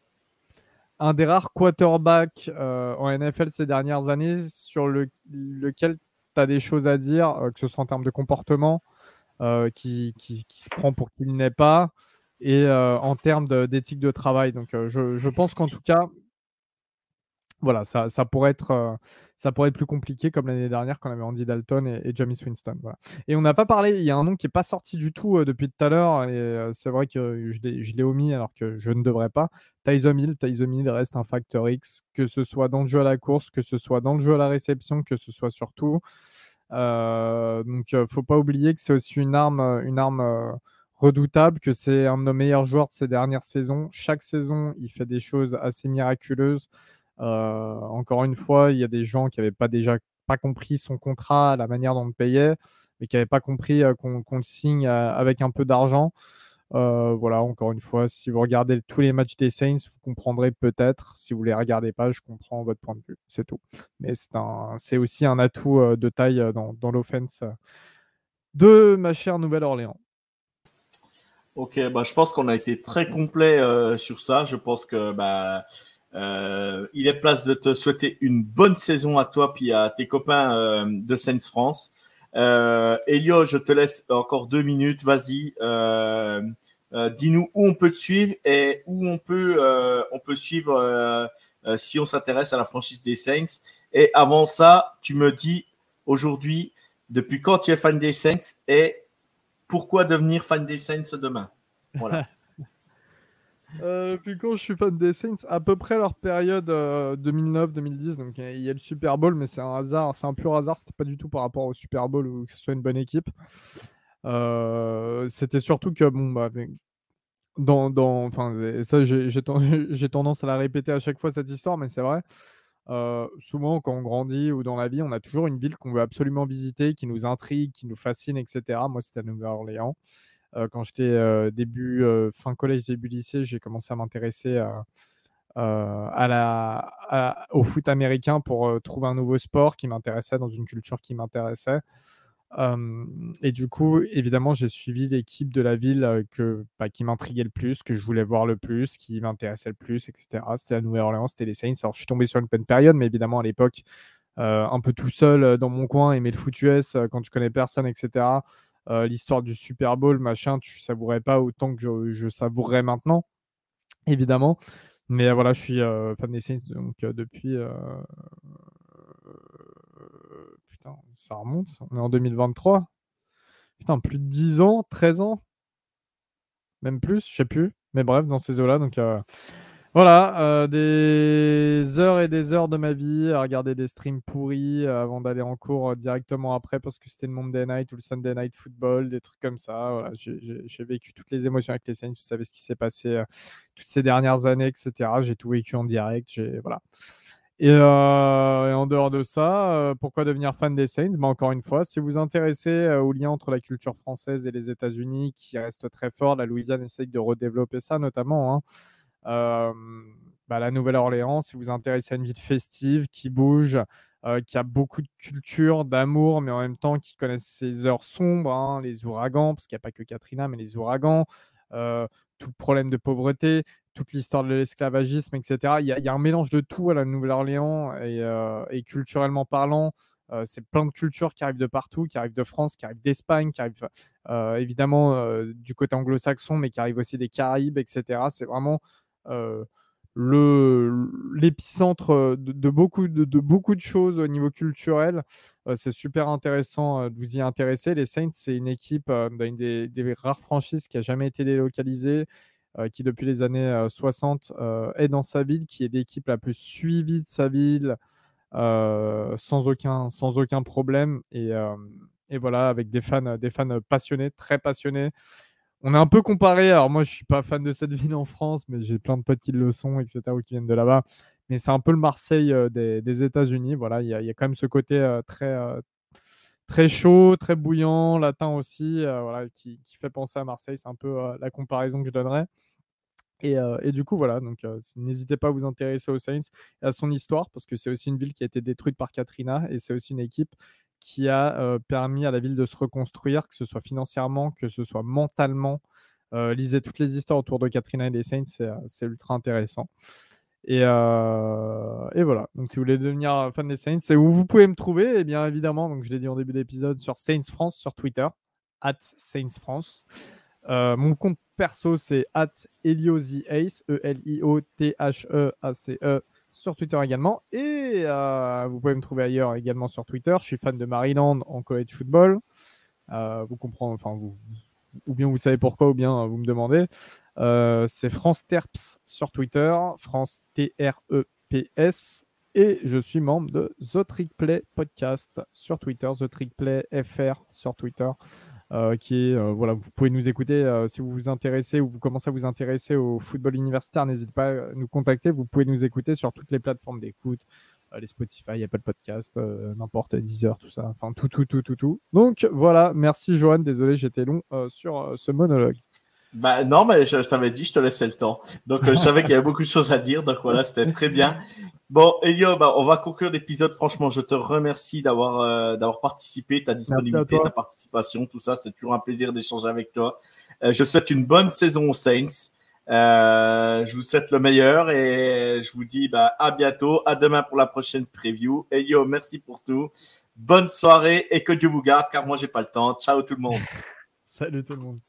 un des rares quarterbacks en NFL ces dernières années sur lequel tu as des choses à dire, que ce soit en termes de comportement, qui se prend pour qu'il n'est pas, et en termes d'éthique de travail. Donc, je pense qu'en tout cas, voilà, ça pourrait être ça pourrait être plus compliqué comme l'année dernière quand on avait Andy Dalton et Jameis Winston. Voilà. Et on n'a pas parlé, il y a un nom qui n'est pas sorti du tout depuis tout à l'heure, et c'est vrai que je l'ai omis alors que je ne devrais pas. Taysom Hill reste un facteur X, que ce soit dans le jeu à la course, que ce soit dans le jeu à la réception, que ce soit surtout. Donc, faut pas oublier que c'est aussi une arme redoutable, que c'est un de nos meilleurs joueurs de ces dernières saisons. Chaque saison, il fait des choses assez miraculeuses. Encore une fois, il y a des gens qui n'avaient pas compris son contrat, la manière dont on le payait, mais qui n'avaient pas compris qu'on le signe avec un peu d'argent. Voilà, encore une fois, si vous regardez tous les matchs des Saints, vous comprendrez peut-être. Si vous ne les regardez pas, je comprends votre point de vue. C'est tout. Mais c'est aussi un atout de taille dans l'offense de ma chère Nouvelle-Orléans. Ok, bah, je pense qu'on a été très complet sur ça. Je pense que il est place de te souhaiter une bonne saison à toi puis à tes copains de Saints France. Elio, je te laisse encore 2 minutes. Vas-y, dis-nous où on peut te suivre et où on peut suivre si on s'intéresse à la franchise des Saints. Et avant ça, tu me dis aujourd'hui, depuis quand tu es fan des Saints et pourquoi devenir fan des Saints demain? Voilà. Puis quand je suis fan des Saints, à peu près leur période 2009-2010, donc il y a le Super Bowl, mais c'est un hasard, c'est un pur hasard, c'était pas du tout par rapport au Super Bowl ou que ce soit une bonne équipe. C'était surtout que, bon, bah, enfin, et ça, j'ai tendance à la répéter à chaque fois cette histoire, mais c'est vrai. Souvent, quand on grandit ou dans la vie, on a toujours une ville qu'on veut absolument visiter, qui nous intrigue, qui nous fascine, etc. Moi, c'était à Nouvelle-Orléans. Quand j'étais fin collège, début lycée, j'ai commencé à m'intéresser au foot américain pour trouver un nouveau sport qui m'intéressait, dans une culture qui m'intéressait. Et du coup, évidemment, j'ai suivi l'équipe de la ville qui m'intriguait le plus, que je voulais voir le plus, qui m'intéressait le plus, etc. C'était la Nouvelle-Orléans, c'était les Saints. Alors, je suis tombé sur une bonne période, mais évidemment, à l'époque, un peu tout seul dans mon coin, aimer le foot US quand tu connais personne, etc. L'histoire du Super Bowl, machin, tu savourais pas autant que je savourerais maintenant, évidemment. Mais voilà, je suis fan des Saints donc, depuis. Putain, ça remonte. On est en 2023. Putain, plus de 10 ans, 13 ans, même plus, je sais plus. Mais bref, dans ces eaux-là. Donc voilà, des heures et des heures de ma vie à regarder des streams pourris avant d'aller en cours directement après parce que c'était le Monday Night ou le Sunday Night Football, des trucs comme ça. Voilà, j'ai vécu toutes les émotions avec les Saints. Vous savez ce qui s'est passé toutes ces dernières années, etc. J'ai tout vécu en direct. Voilà. Et en dehors de ça, pourquoi devenir fan des Saints? Encore une fois, si vous vous intéressez au lien entre la culture française et les États-Unis, qui reste très fort, la Louisiane essaye de redévelopper ça notamment, hein. La Nouvelle-Orléans, si vous vous intéressez à une ville festive, qui bouge, qui a beaucoup de culture, d'amour, mais en même temps qui connaissent ses heures sombres, hein, les ouragans, parce qu'il n'y a pas que Katrina, mais les ouragans, tout le problème de pauvreté, toute l'histoire de l'esclavagisme, etc. Il y a un mélange de tout à la Nouvelle-Orléans et culturellement parlant, c'est plein de cultures qui arrivent de partout, qui arrivent de France, qui arrivent d'Espagne, qui arrivent évidemment du côté anglo-saxon, mais qui arrivent aussi des Caraïbes, etc. C'est vraiment euh, l'épicentre de beaucoup de choses au niveau culturel. C'est super intéressant de vous y intéresser. Les Saints, c'est une équipe, une des rares franchises qui a jamais été délocalisée, qui depuis les années 60 est dans sa ville, qui est l'équipe la plus suivie de sa ville, sans aucun problème. Et voilà, avec des fans passionnés, très passionnés. On est un peu comparé. Alors moi, je suis pas fan de cette ville en France, mais j'ai plein de potes qui le sont, etc., ou qui viennent de là-bas. Mais c'est un peu le Marseille des États-Unis. Voilà, il y a quand même ce côté très chaud, très bouillant, latin aussi, voilà, qui fait penser à Marseille. C'est un peu la comparaison que je donnerais. Et du coup, voilà, donc n'hésitez pas à vous intéresser aux Saints et à son histoire, parce que c'est aussi une ville qui a été détruite par Katrina, et c'est aussi une équipe qui a permis à la ville de se reconstruire, que ce soit financièrement, que ce soit mentalement. Lisez toutes les histoires autour de Katrina et des Saints, c'est ultra intéressant. Et voilà, donc si vous voulez devenir fan des Saints, c'est où vous pouvez me trouver, et bien évidemment, donc je l'ai dit en début d'épisode, sur Saints France, sur Twitter, @SaintsFrance. Mon compte perso, c'est @ElioTheAce, ELIOTHEACE sur Twitter également. Et vous pouvez me trouver ailleurs également sur Twitter. Je suis fan de Maryland en college football. Vous comprenez, enfin, ou bien vous savez pourquoi, ou bien vous me demandez. C'est France Terps sur Twitter, France TREPS. Et je suis membre de The Trick Play Podcast sur Twitter, The Trick Play FR sur Twitter. Qui est, voilà, vous pouvez nous écouter si vous vous intéressez ou vous commencez à vous intéresser au football universitaire, n'hésitez pas à nous contacter, vous pouvez nous écouter sur toutes les plateformes d'écoute, les Spotify, Apple Podcast, n'importe, Deezer, tout ça, enfin tout. Donc voilà, merci Johan, désolé j'étais long sur ce monologue. Bah non, mais je t'avais dit, je te laissais le temps. Donc je savais qu'il y avait beaucoup de choses à dire, donc voilà, c'était très bien. Bon, Elio, on va conclure l'épisode. Franchement, je te remercie d'avoir participé, ta disponibilité, ta participation, tout ça. C'est toujours un plaisir d'échanger avec toi. Je souhaite une bonne saison aux Saints. Je vous souhaite le meilleur et je vous dis à bientôt, à demain pour la prochaine preview. Elio, merci pour tout. Bonne soirée et que Dieu vous garde, car moi, j'ai pas le temps. Ciao tout le monde. Salut tout le monde.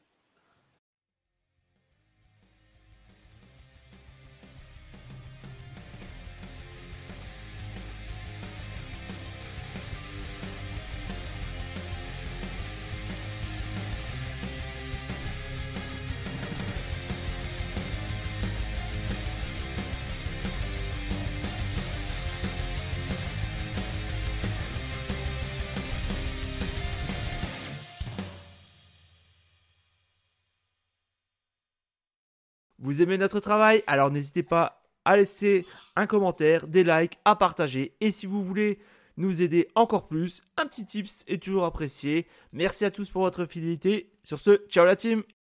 Vous aimez notre travail? Alors n'hésitez pas à laisser un commentaire, des likes, à partager. Et si vous voulez nous aider encore plus, un petit tips est toujours apprécié. Merci à tous pour votre fidélité. Sur ce, ciao la team!